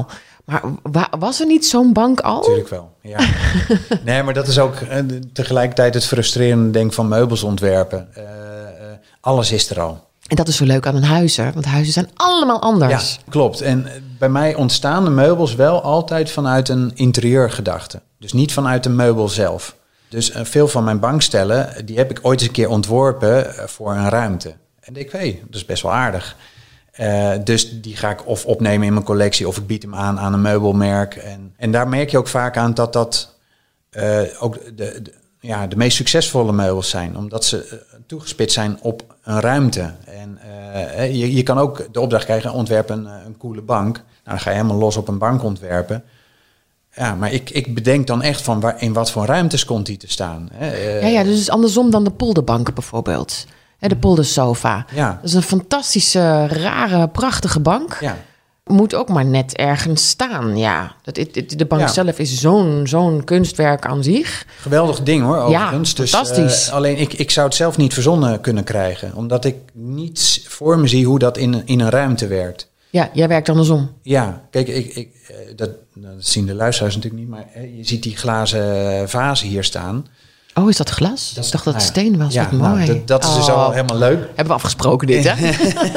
Maar wa- was er niet zo'n bank al? Natuurlijk wel, ja. Nee, maar dat is ook uh, tegelijkertijd het frustrerende denk van meubels ontwerpen. Uh, uh, alles is er al. En dat is zo leuk aan een huis, hè? Want huizen zijn allemaal anders. Ja, klopt. En bij mij ontstaan de meubels wel altijd vanuit een interieurgedachte. Dus niet vanuit de meubel zelf. Dus uh, veel van mijn bankstellen, die heb ik ooit eens een keer ontworpen uh, voor een ruimte. En ik weet, dat is best wel aardig. Uh, dus die ga ik of opnemen in mijn collectie of ik bied hem aan aan een meubelmerk. En, en daar merk je ook vaak aan dat dat uh, ook de, de, ja, de meest succesvolle meubels zijn. Omdat ze uh, toegespitst zijn op een ruimte. En uh, je, je kan ook de opdracht krijgen, ontwerp een, een coole bank. Nou, dan ga je helemaal los op een bank ontwerpen. Ja, maar ik, ik bedenk dan echt van waar, in wat voor ruimtes komt die te staan. Uh, Ja, ja, dus het is andersom dan de polderbank bijvoorbeeld. De poldersofa. Ja. Dat is een fantastische, rare, prachtige bank. Ja. Moet ook maar net ergens staan, ja. Dat, het, de bank Ja. zelf is zo'n, zo'n kunstwerk aan zich. Geweldig ding hoor, overigens. Ja, dus, fantastisch. Uh, alleen ik, ik zou het zelf niet verzonnen kunnen krijgen. Omdat ik niet voor me zie hoe dat in, in een ruimte werkt. Ja, jij werkt andersom. Ja, kijk, ik, ik, uh, dat, dat zien de luisteraars natuurlijk niet. Maar uh, je ziet die glazen vazen hier staan. Oh, is dat glas? Dat, ik dacht dat het nou ja. steen was. Ja, Wat mooi. nou, dat, dat is dus Oh. al helemaal leuk. Hebben we afgesproken dit, hè?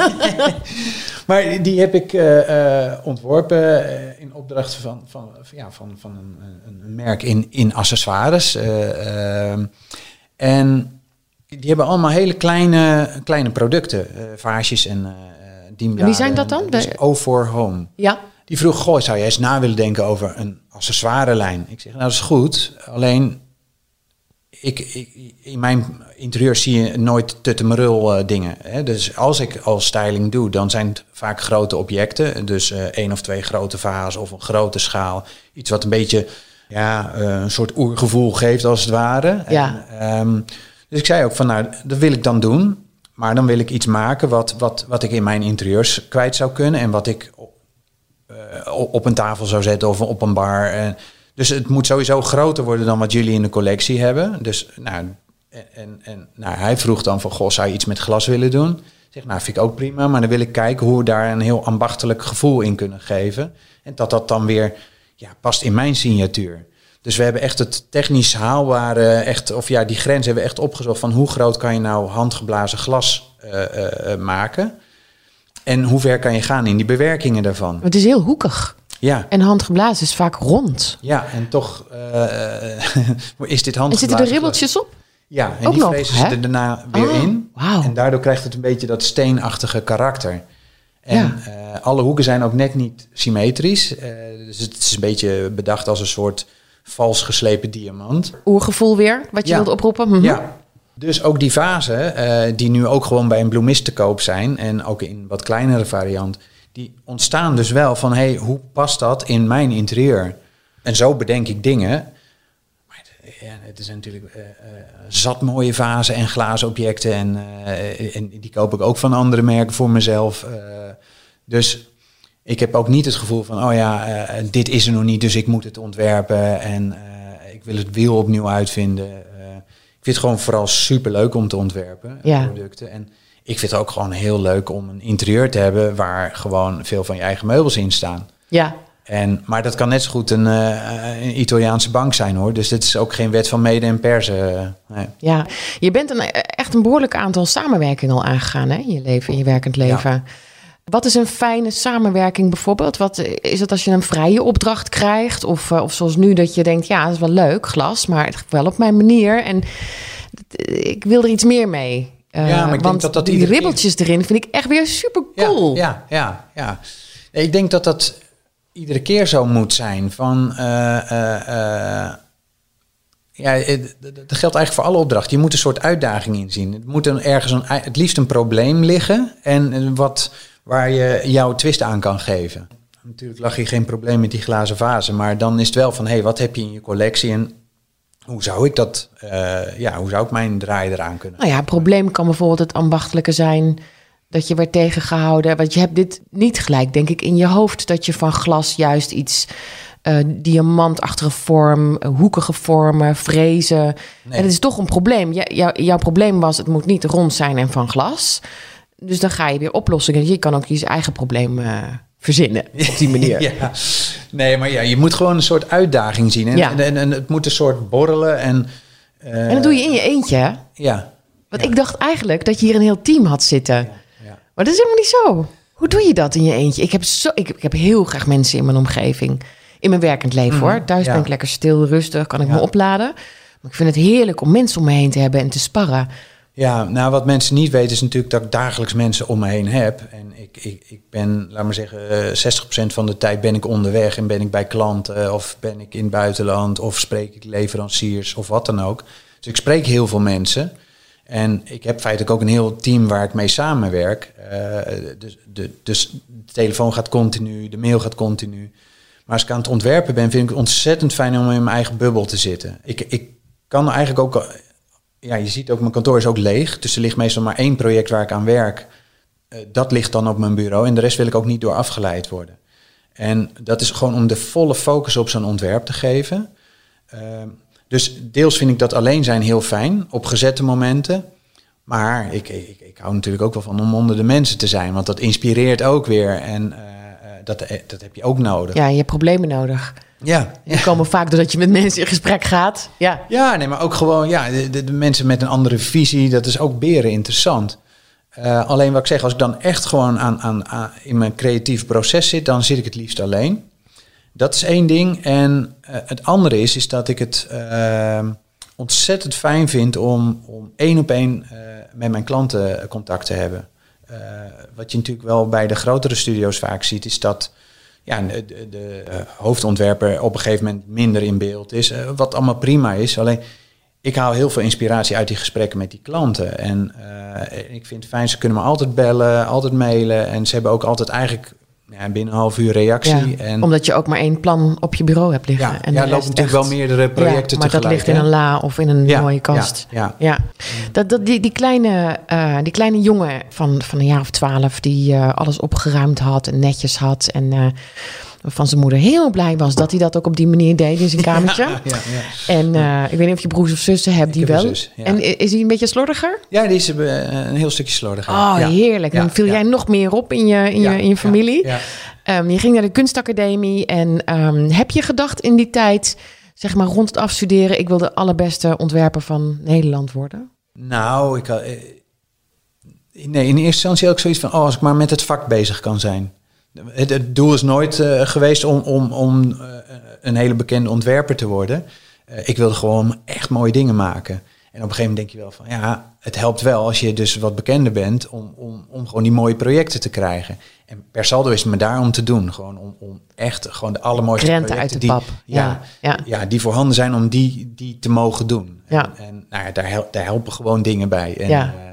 Maar die heb ik uh, uh, ontworpen uh, in opdracht van, van, ja, van, van een, een, een merk in, in accessoires. Uh, uh, en die hebben allemaal hele kleine, kleine producten. Uh, vaasjes en uh, diembladen. En wie zijn dat dan? Dus O voor Home. Ja. Die vroeg, goh, zou jij eens na willen denken over een accessoirelijn? Ik zeg, nou dat is goed. Alleen, ik, ik, in mijn interieur zie je nooit tuttemerul uh, dingen. Hè? Dus als ik al styling doe, dan zijn het vaak grote objecten. Dus uh, één of twee grote vazen of een grote schaal. Iets wat een beetje ja, uh, een soort oergevoel geeft als het ware. Ja. En, um, dus ik zei ook van, nou, dat wil ik dan doen. Maar dan wil ik iets maken wat, wat, wat ik in mijn interieurs kwijt zou kunnen. En wat ik uh, op een tafel zou zetten of op een bar. Uh, dus het moet sowieso groter worden dan wat jullie in de collectie hebben. Dus nou, en, en, nou, hij vroeg dan van, goh, zou je iets met glas willen doen? Ik zeg, nou, vind ik ook prima. Maar dan wil ik kijken hoe we daar een heel ambachtelijk gevoel in kunnen geven. En dat dat dan weer ja, past in mijn signatuur. Dus we hebben echt het technisch haalbare, echt, of ja, die grens hebben we echt opgezocht van hoe groot kan je nou handgeblazen glas uh, uh, maken. En hoe ver kan je gaan in die bewerkingen daarvan. Het is heel hoekig. Ja. En handgeblazen is vaak rond. Ja, en toch uh, is dit handgeblazen. En zitten er ribbeltjes glas. op? Ja, en ook die nog, vrezen hè? ze er daarna weer oh, in. Wow. En daardoor krijgt het een beetje dat steenachtige karakter. En ja. uh, alle hoeken zijn ook net niet symmetrisch. Uh, dus het is een beetje bedacht als een soort vals geslepen diamant. Oergevoel weer, wat je ja. wilt oproepen. Mm-hmm. Ja, dus ook die vazen, uh, die nu ook gewoon bij een bloemist te koop zijn... en ook in wat kleinere variant... die ontstaan dus wel van, hé, hey, hoe past dat in mijn interieur? En zo bedenk ik dingen. Maar het, ja, het is natuurlijk uh, uh, zat mooie vazen en glazen objecten... En, uh, en die koop ik ook van andere merken voor mezelf. Uh, dus... Ik heb ook niet het gevoel van, oh ja, uh, dit is er nog niet, dus ik moet het ontwerpen en uh, ik wil het wiel opnieuw uitvinden. Uh, ik vind het gewoon vooral superleuk om te ontwerpen, ja. producten. En ik vind het ook gewoon heel leuk om een interieur te hebben waar gewoon veel van je eigen meubels in staan. Ja. En, maar dat kan net zo goed een, uh, een Italiaanse bank zijn hoor. Dus dit is ook geen wet van mede en persen. Nee. Ja, je bent een, echt een behoorlijk aantal samenwerkingen al aangegaan hè, in je leven, in je werkend leven. Ja. Wat is een fijne samenwerking bijvoorbeeld? Wat is het als je een vrije opdracht krijgt? Of, of zoals nu dat je denkt, ja, dat is wel leuk, glas, maar het wel op mijn manier. En ik wil er iets meer mee. Uh, ja, maar ik want denk dat dat die ribbeltjes keer... erin vind ik echt weer super cool. Ja, ja, ja, ja. Ik denk dat dat iedere keer zo moet zijn. Van, uh, uh, uh, ja, het, dat geldt eigenlijk voor alle opdrachten. Je moet een soort uitdaging inzien. Het moet er ergens een, het liefst een probleem liggen en wat waar je jouw twist aan kan geven. Natuurlijk lag hier geen probleem met die glazen vazen, maar dan is het wel van, hé, hey, wat heb je in je collectie en hoe zou ik dat, uh, ja, hoe zou ik mijn draai eraan kunnen? Nou ja, een probleem kan bijvoorbeeld het ambachtelijke zijn dat je werd tegengehouden. Want je hebt dit niet gelijk, denk ik, in je hoofd dat je van glas juist iets uh, diamantachtige vorm, hoekige vormen, frezen. Nee. En het is toch een probleem. Jou, jou, jouw probleem was, het moet niet rond zijn en van glas. Dus dan ga je weer oplossingen. Je kan ook je eigen probleem uh, verzinnen op die manier. Ja. Nee, maar ja, je moet gewoon een soort uitdaging zien. En, Ja. en, en, en het moet een soort borrelen. En, uh, en dat doe je in je eentje, hè? Ja. Want ja. ik dacht eigenlijk dat je hier een heel team had zitten. Ja, ja. Maar dat is helemaal niet zo. Hoe doe je dat in je eentje? Ik heb, zo, ik, ik heb heel graag mensen in mijn omgeving. In mijn werkend leven, Mm, hoor. Thuis ja. ben ik lekker stil, rustig, kan ik Ja. me opladen. Maar ik vind het heerlijk om mensen om me heen te hebben en te sparren. Ja, nou wat mensen niet weten is natuurlijk dat ik dagelijks mensen om me heen heb. En ik, ik, ik ben, laat maar zeggen, zestig procent van de tijd ben ik onderweg en ben ik bij klanten of ben ik in het buitenland of spreek ik leveranciers of wat dan ook. Dus ik spreek heel veel mensen. En ik heb feitelijk ook een heel team waar ik mee samenwerk. Uh, dus, de, dus de telefoon gaat continu, de mail gaat continu. Maar als ik aan het ontwerpen ben, vind ik het ontzettend fijn om in mijn eigen bubbel te zitten. Ik, ik kan eigenlijk ook... Ja, je ziet ook, mijn kantoor is ook leeg. Dus er ligt meestal maar één project waar ik aan werk. Uh, dat ligt dan op mijn bureau. En de rest wil ik ook niet door afgeleid worden. En dat is gewoon om de volle focus op zo'n ontwerp te geven. Uh, dus deels vind ik dat alleen zijn heel fijn, op gezette momenten. Maar ik, ik, ik hou natuurlijk ook wel van om onder de mensen te zijn. Want dat inspireert ook weer. En uh, dat, dat heb je ook nodig. Ja, je hebt problemen nodig. Ja. Die komen vaak doordat je met mensen in gesprek gaat. Ja, ja nee, maar ook gewoon ja, de, de, de mensen met een andere visie. Dat is ook beren interessant. Uh, alleen wat ik zeg, als ik dan echt gewoon aan, aan, aan, in mijn creatief proces zit, dan zit ik het liefst alleen. Dat is één ding. En uh, het andere is, is dat ik het uh, ontzettend fijn vind om, om één op één uh, met mijn klanten contact te hebben. Uh, wat je natuurlijk wel bij de grotere studio's vaak ziet, is dat ja, de, de, de uh, hoofdontwerper op een gegeven moment minder in beeld is. Uh, wat allemaal prima is. Alleen ik haal heel veel inspiratie uit die gesprekken met die klanten. En uh, ik vind het fijn, ze kunnen me altijd bellen, altijd mailen. En ze hebben ook altijd eigenlijk ja, binnen een half uur reactie. Ja, en omdat je ook maar één plan op je bureau hebt liggen. Ja, en ja er er lopen natuurlijk echt, wel meerdere projecten ja, maar tegelijk. dat ligt hè? in een la of in een ja, mooie kast. Ja, ja. Ja. Dat, dat, die, die, kleine, uh, die kleine jongen van, van een jaar of twaalf... die uh, alles opgeruimd had en netjes had... en uh, van zijn moeder heel blij was dat hij dat ook op die manier deed in zijn kamertje. Ja, ja, ja. En uh, ik weet niet of je broers of zussen hebt, die Ik heb wel. een zus, ja. En is hij een beetje slordiger? Ja, die is uh, een heel stukje slordiger. Oh, ja. heerlijk. Dan Ja, viel ja. jij nog meer op in je, in Ja, je, in je familie. Ja, ja. Um, je ging naar de kunstacademie. En um, heb je gedacht in die tijd, zeg maar rond het afstuderen... ik wil de allerbeste ontwerper van Nederland worden? Nou, ik had, eh, nee, in eerste instantie had ik zoiets van... oh, als ik maar met het vak bezig kan zijn. Het, het doel is nooit uh, geweest om, om, om uh, een hele bekende ontwerper te worden. Uh, ik wilde gewoon echt mooie dingen maken. En op een gegeven moment denk je wel van... ja, het helpt wel als je dus wat bekender bent... om, om, om gewoon die mooie projecten te krijgen. En per saldo is het me daar om te doen. Gewoon om, om echt gewoon de allermooiste Krenten projecten... uit de die, pap. Ja, Ja, ja. ja, die voorhanden zijn om die, die te mogen doen. Ja. En, en nou ja, daar, hel, daar helpen gewoon dingen bij. En, Ja. uh,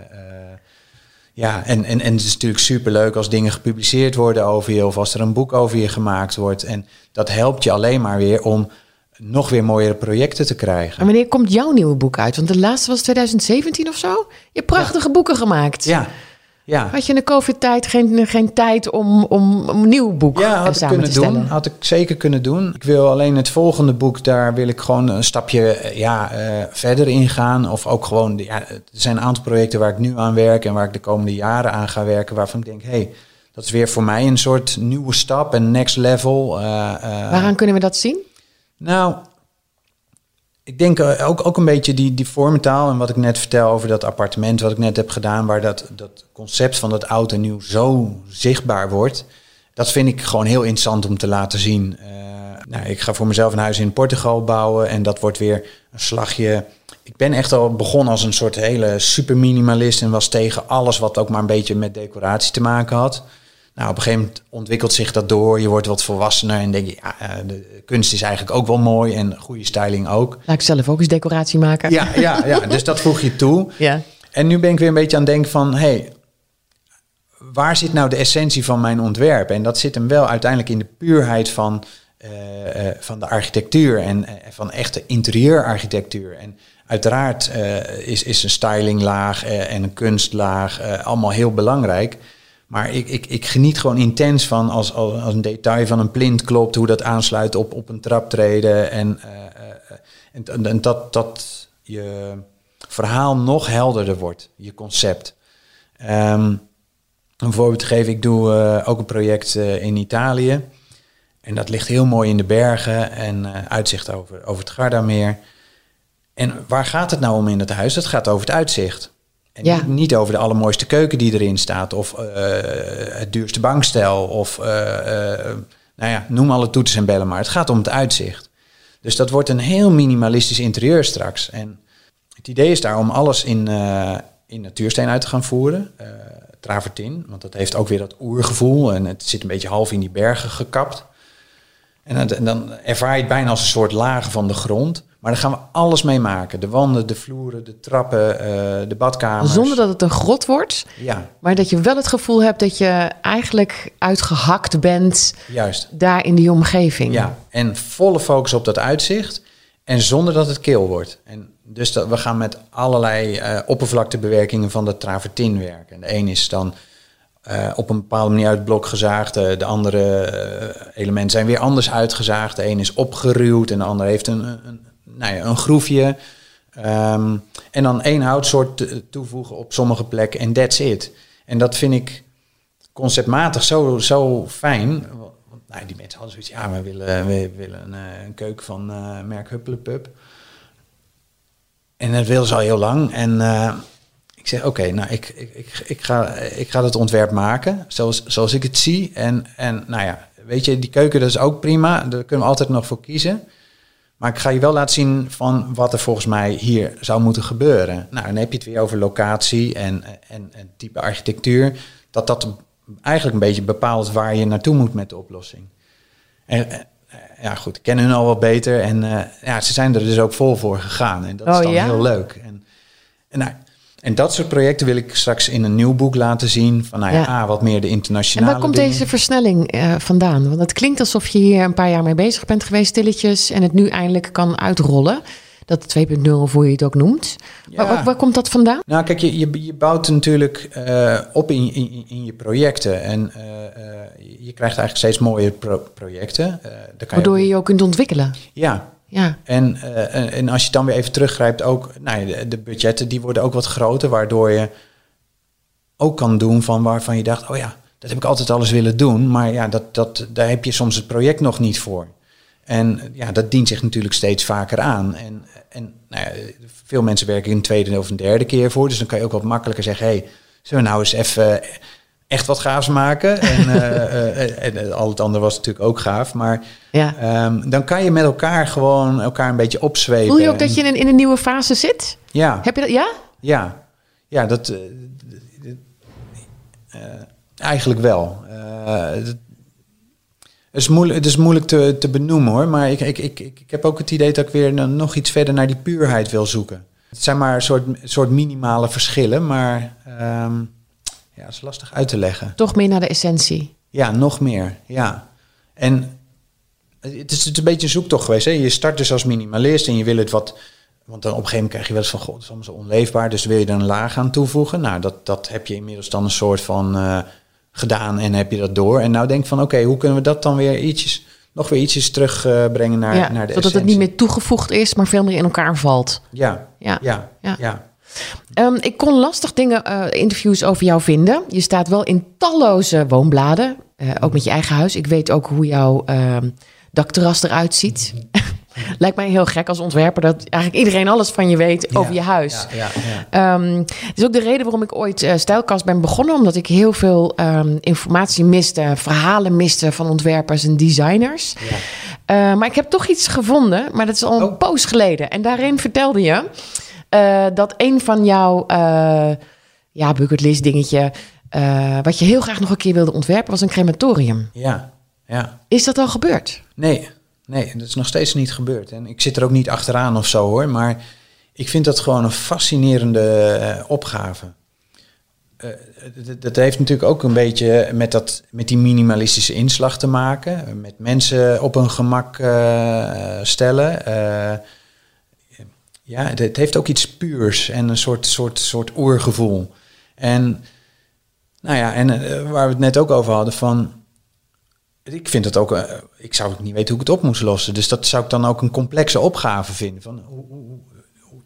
Ja, en, en, en het is natuurlijk superleuk als dingen gepubliceerd worden over je... of als er een boek over je gemaakt wordt. En dat helpt je alleen maar weer om nog weer mooiere projecten te krijgen. En wanneer komt jouw nieuwe boek uit? Want de laatste was twintig zeventien of zo? Je hebt prachtige ja. boeken gemaakt. Ja, ja. Had je in de COVID-tijd geen, geen tijd om, om, om een nieuw boek ja, had samen ik kunnen te stellen? Doen. Had ik zeker kunnen doen. Ik wil alleen het volgende boek, daar wil ik gewoon een stapje ja, uh, verder in gaan. Of ook gewoon, ja, er zijn een aantal projecten waar ik nu aan werk... en waar ik de komende jaren aan ga werken... waarvan ik denk, hé, hey, dat is weer voor mij een soort nieuwe stap, een next level. Uh, uh, Waaraan kunnen we dat zien? Nou, ik denk ook, ook een beetje die, die vormtaal en wat ik net vertel over dat appartement wat ik net heb gedaan, waar dat, dat concept van dat oud en nieuw zo zichtbaar wordt. Dat vind ik gewoon heel interessant om te laten zien. Uh, nou, ik ga voor mezelf een huis in Portugal bouwen en dat wordt weer een slagje. Ik ben echt al begonnen als een soort hele super minimalist en was tegen alles wat ook maar een beetje met decoratie te maken had. Nou, op een gegeven moment ontwikkelt zich dat door. Je wordt wat volwassener en denk je, ja, de kunst is eigenlijk ook wel mooi en goede styling ook. Laat ik zelf ook eens decoratie maken. Ja, ja, ja, dus dat voeg je toe. Ja. En nu ben ik weer een beetje aan het denken van, hé, hey, waar zit nou de essentie van mijn ontwerp? En dat zit hem wel uiteindelijk in de puurheid van, uh, uh, van de architectuur en uh, van echte interieurarchitectuur. En uiteraard uh, is, is een stylinglaag uh, en een kunstlaag uh, allemaal heel belangrijk. Maar ik, ik, ik geniet gewoon intens van als, als, als een detail van een plint klopt, hoe dat aansluit op, op een traptreden. En, uh, uh, en, en dat, dat je verhaal nog helderder wordt, je concept. Um, Om een voorbeeld te geven, ik doe uh, ook een project uh, in Italië. En dat ligt heel mooi in de bergen en uh, uitzicht over, over het Gardameer. En waar gaat het nou om in het huis? Het gaat over het uitzicht. En ja. niet, niet over de allermooiste keuken die erin staat. Of uh, het duurste bankstel. Of uh, uh, nou ja, noem alle toetsen en bellen maar. Het gaat om het uitzicht. Dus dat wordt een heel minimalistisch interieur straks. En het idee is daar om alles in, uh, in natuursteen uit te gaan voeren. Uh, travertin, want dat heeft ook weer dat oergevoel. En het zit een beetje half in die bergen gekapt. En dan, dan ervaar je het bijna als een soort lagen van de grond. Maar daar gaan we alles mee maken. De wanden, de vloeren, de trappen, uh, de badkamers. Zonder dat het een grot wordt. Ja. Maar dat je wel het gevoel hebt dat je eigenlijk uitgehakt bent. Juist. Daar in die omgeving. Ja, en volle focus op dat uitzicht. En zonder dat het kil wordt. En dus dat, we gaan met allerlei uh, oppervlaktebewerkingen van de travertin werken. En de een is dan uh, op een bepaalde manier uit het blok gezaagd. Uh, de andere uh, elementen zijn weer anders uitgezaagd. De een is opgeruwd en de ander heeft een, een, nou ja, een groefje. Um, en dan één houtsoort toevoegen op sommige plekken en that's it. En dat vind ik conceptmatig zo, zo fijn. Nou, die mensen hadden zoiets, ja, we willen, we willen een, een keuken van uh, merk Huppelepup. En dat wilden ze al heel lang. En uh, ik zeg, oké, okay, nou, ik, ik, ik, ik, ga, ik ga het ontwerp maken zoals, zoals ik het zie. En, en nou ja, weet je, die keuken, dat is ook prima. Daar kunnen we altijd nog voor kiezen. Maar ik ga je wel laten zien van wat er volgens mij hier zou moeten gebeuren. Nou, dan heb je het weer over locatie en, en, en type architectuur. Dat dat eigenlijk een beetje bepaalt waar je naartoe moet met de oplossing. En ja, goed, ik ken hun al wat beter. En uh, ja, ze zijn er dus ook vol voor gegaan. En dat is oh, dan ja? heel leuk. En, en, nou, en dat soort projecten wil ik straks in een nieuw boek laten zien. Van nou ja, ja. Ah, wat meer de internationale. En waar komt dingen. deze versnelling uh, vandaan? Want het klinkt alsof je hier een paar jaar mee bezig bent geweest, stilletjes. En het nu eindelijk kan uitrollen. Dat twee punt nul, of hoe je het ook noemt. Ja. Waar, waar komt dat vandaan? Nou, kijk, je, je, je bouwt natuurlijk uh, op in, in, in je projecten. En uh, uh, je krijgt eigenlijk steeds mooie pro- projecten. Uh, daar kan Waardoor je, je je ook kunt ontwikkelen. Ja. ja. En, uh, en, en als je dan weer even teruggrijpt, ook nou, de, de budgetten die worden ook wat groter. Waardoor je ook kan doen van waarvan je dacht, oh ja, dat heb ik altijd alles willen doen. Maar ja, dat, dat, daar heb je soms het project nog niet voor. En ja, dat dient zich natuurlijk steeds vaker aan. En, en nou ja, veel mensen werken een tweede of een derde keer voor. Dus dan kan je ook wat makkelijker zeggen, hey, zullen we nou eens even echt wat gaafs maken? En, uh, uh, en al het andere was natuurlijk ook gaaf. Maar ja. um, dan kan je met elkaar gewoon elkaar een beetje opzwepen. Voel je ook dat je in een, in een nieuwe fase zit? Ja. Heb je dat? Ja? Ja, ja dat uh, uh, eigenlijk wel. Uh, dat, Het is moeilijk, het is moeilijk te, te benoemen hoor, maar ik, ik, ik, ik heb ook het idee dat ik weer nog iets verder naar die puurheid wil zoeken. Het zijn maar een soort, soort minimale verschillen, maar um, ja, het is lastig uit te leggen. Toch meer naar de essentie? Ja, nog meer, ja. En het is, het is een beetje een zoektocht geweest. Hè? Je start dus als minimalist en je wil het wat, want dan op een gegeven moment krijg je wel eens van, god, het is allemaal zo onleefbaar, dus wil je er een laag aan toevoegen. Nou, dat, dat heb je inmiddels dan een soort van Uh, gedaan en heb je dat door. En nou denk ik van oké, okay, hoe kunnen we dat dan weer ietsjes, nog weer ietsjes terugbrengen uh, naar, ja, naar de zodat essentie. het niet meer toegevoegd is, maar veel meer in elkaar valt. Ja, ja, ja. ja. ja. Um, ik kon lastig dingen, uh, interviews over jou vinden. Je staat wel in talloze woonbladen, uh, ook met je eigen huis. Ik weet ook hoe jouw uh, dakterras eruit ziet. Lijkt mij heel gek als ontwerper dat eigenlijk iedereen alles van je weet ja, over je huis. Ja, ja, ja. Um, dat is ook de reden waarom ik ooit uh, Stijlkast ben begonnen. Omdat ik heel veel um, informatie miste, verhalen miste van ontwerpers en designers. Ja. Uh, maar ik heb toch iets gevonden, maar dat is al een oh. poos geleden. En daarin vertelde je uh, dat een van jouw uh, ja, bucketlist dingetje, uh, wat je heel graag nog een keer wilde ontwerpen, was een crematorium. Ja, ja. Is dat al gebeurd? Nee. Nee, dat is nog steeds niet gebeurd. En ik zit er ook niet achteraan of zo hoor. Maar ik vind dat gewoon een fascinerende uh, opgave. Uh, dat, dat heeft natuurlijk ook een beetje met, dat, met die minimalistische inslag te maken. Met mensen op hun gemak uh, stellen. Uh, ja, het, het heeft ook iets puurs en een soort, soort, soort oergevoel. En nou ja, en uh, waar we het net ook over hadden van, ik vind het ook, uh, ik zou ook niet weten hoe ik het op moest lossen. Dus dat zou ik dan ook een complexe opgave vinden. Van, hoe, hoe, hoe,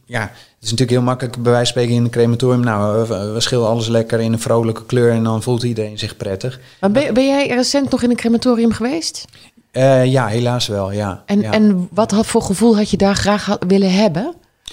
ja, het is natuurlijk heel makkelijk bij wijze van spreken in een crematorium. Nou, we, we schilderen alles lekker in een vrolijke kleur en dan voelt iedereen zich prettig. Maar ben, ben jij recent nog in een crematorium geweest? Uh, ja, helaas wel, ja. En, ja. en wat had voor gevoel had je daar graag had, willen hebben?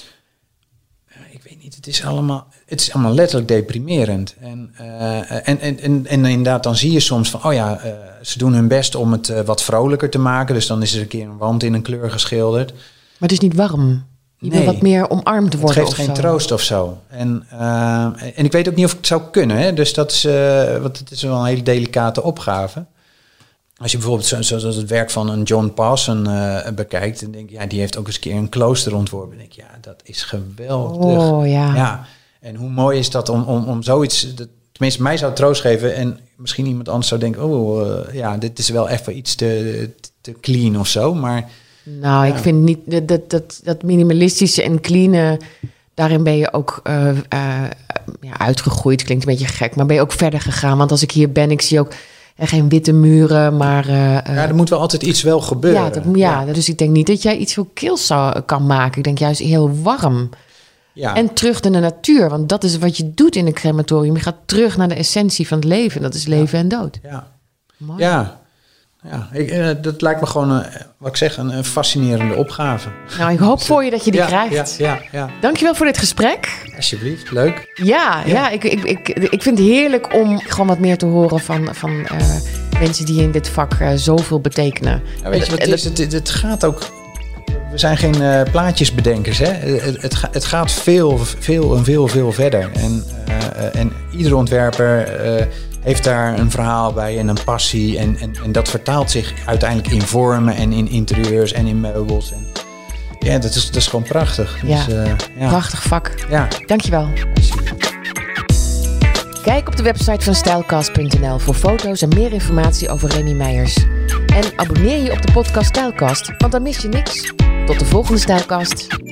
Ik weet niet, het is allemaal, het is allemaal letterlijk deprimerend. En, uh, en, en, en, en inderdaad, dan zie je soms van, oh ja, uh, ze doen hun best om het uh, wat vrolijker te maken. Dus dan is er een keer een wand in een kleur geschilderd. Maar het is niet warm. Je nee, wil wat meer omarmd worden. Het geeft of geen zo. troost of zo. En, uh, en ik weet ook niet of ik het zou kunnen. Hè? Dus dat is, uh, want het is wel een hele delicate opgave. Als je bijvoorbeeld zo, zo, zo het werk van een John Pawson uh, bekijkt, dan denk je, ja, die heeft ook eens een keer een klooster ontworpen. Dan denk je, ja, dat is geweldig. Oh ja. ja. En hoe mooi is dat om, om, om zoiets, dat, tenminste mij zou het troost geven en misschien iemand anders zou denken, oh uh, ja, dit is wel even iets te, te clean of zo, maar... Nou, ja. ik vind niet dat, dat, dat, dat minimalistische en clean, daarin ben je ook uh, uh, ja, uitgegroeid, klinkt een beetje gek, maar ben je ook verder gegaan. Want als ik hier ben, ik zie ook uh, geen witte muren, maar... Uh, ja, er moet wel altijd iets wel gebeuren. Ja, dat, ja, ja, dus ik denk niet dat jij iets veel kils zou, kan maken. Ik denk juist heel warm. Ja. En terug naar de natuur, want dat is wat je doet in een crematorium. Je gaat terug naar de essentie van het leven, dat is leven ja. en dood. Ja, mooi. Ja. Ja, ik, uh, dat lijkt me gewoon, uh, wat ik zeg, een, een fascinerende opgave. Nou, ik hoop voor je dat je die ja, krijgt. Ja, ja, ja. Dankjewel voor dit gesprek. Alsjeblieft, leuk. Ja, ja. ja ik, ik, ik, ik vind het heerlijk om gewoon wat meer te horen van, van uh, mensen die in dit vak uh, zoveel betekenen. Ja, weet je wat het is? Het, het gaat ook... We zijn geen uh, plaatjesbedenkers, hè? Het, het, het gaat veel, veel en veel, veel verder. En, uh, en iedere ontwerper... Uh, heeft daar een verhaal bij en een passie. En, en, en dat vertaalt zich uiteindelijk in vormen en in interieurs en in meubels. En ja, dat is, dat is gewoon prachtig. Ja, dus, uh, ja. prachtig vak. Ja. Dankjewel. Kijk op de website van Stijlkast punt n l voor foto's en meer informatie over Remy Meijers. En abonneer je op de podcast Stijlkast, want dan mis je niks. Tot de volgende Stijlkast.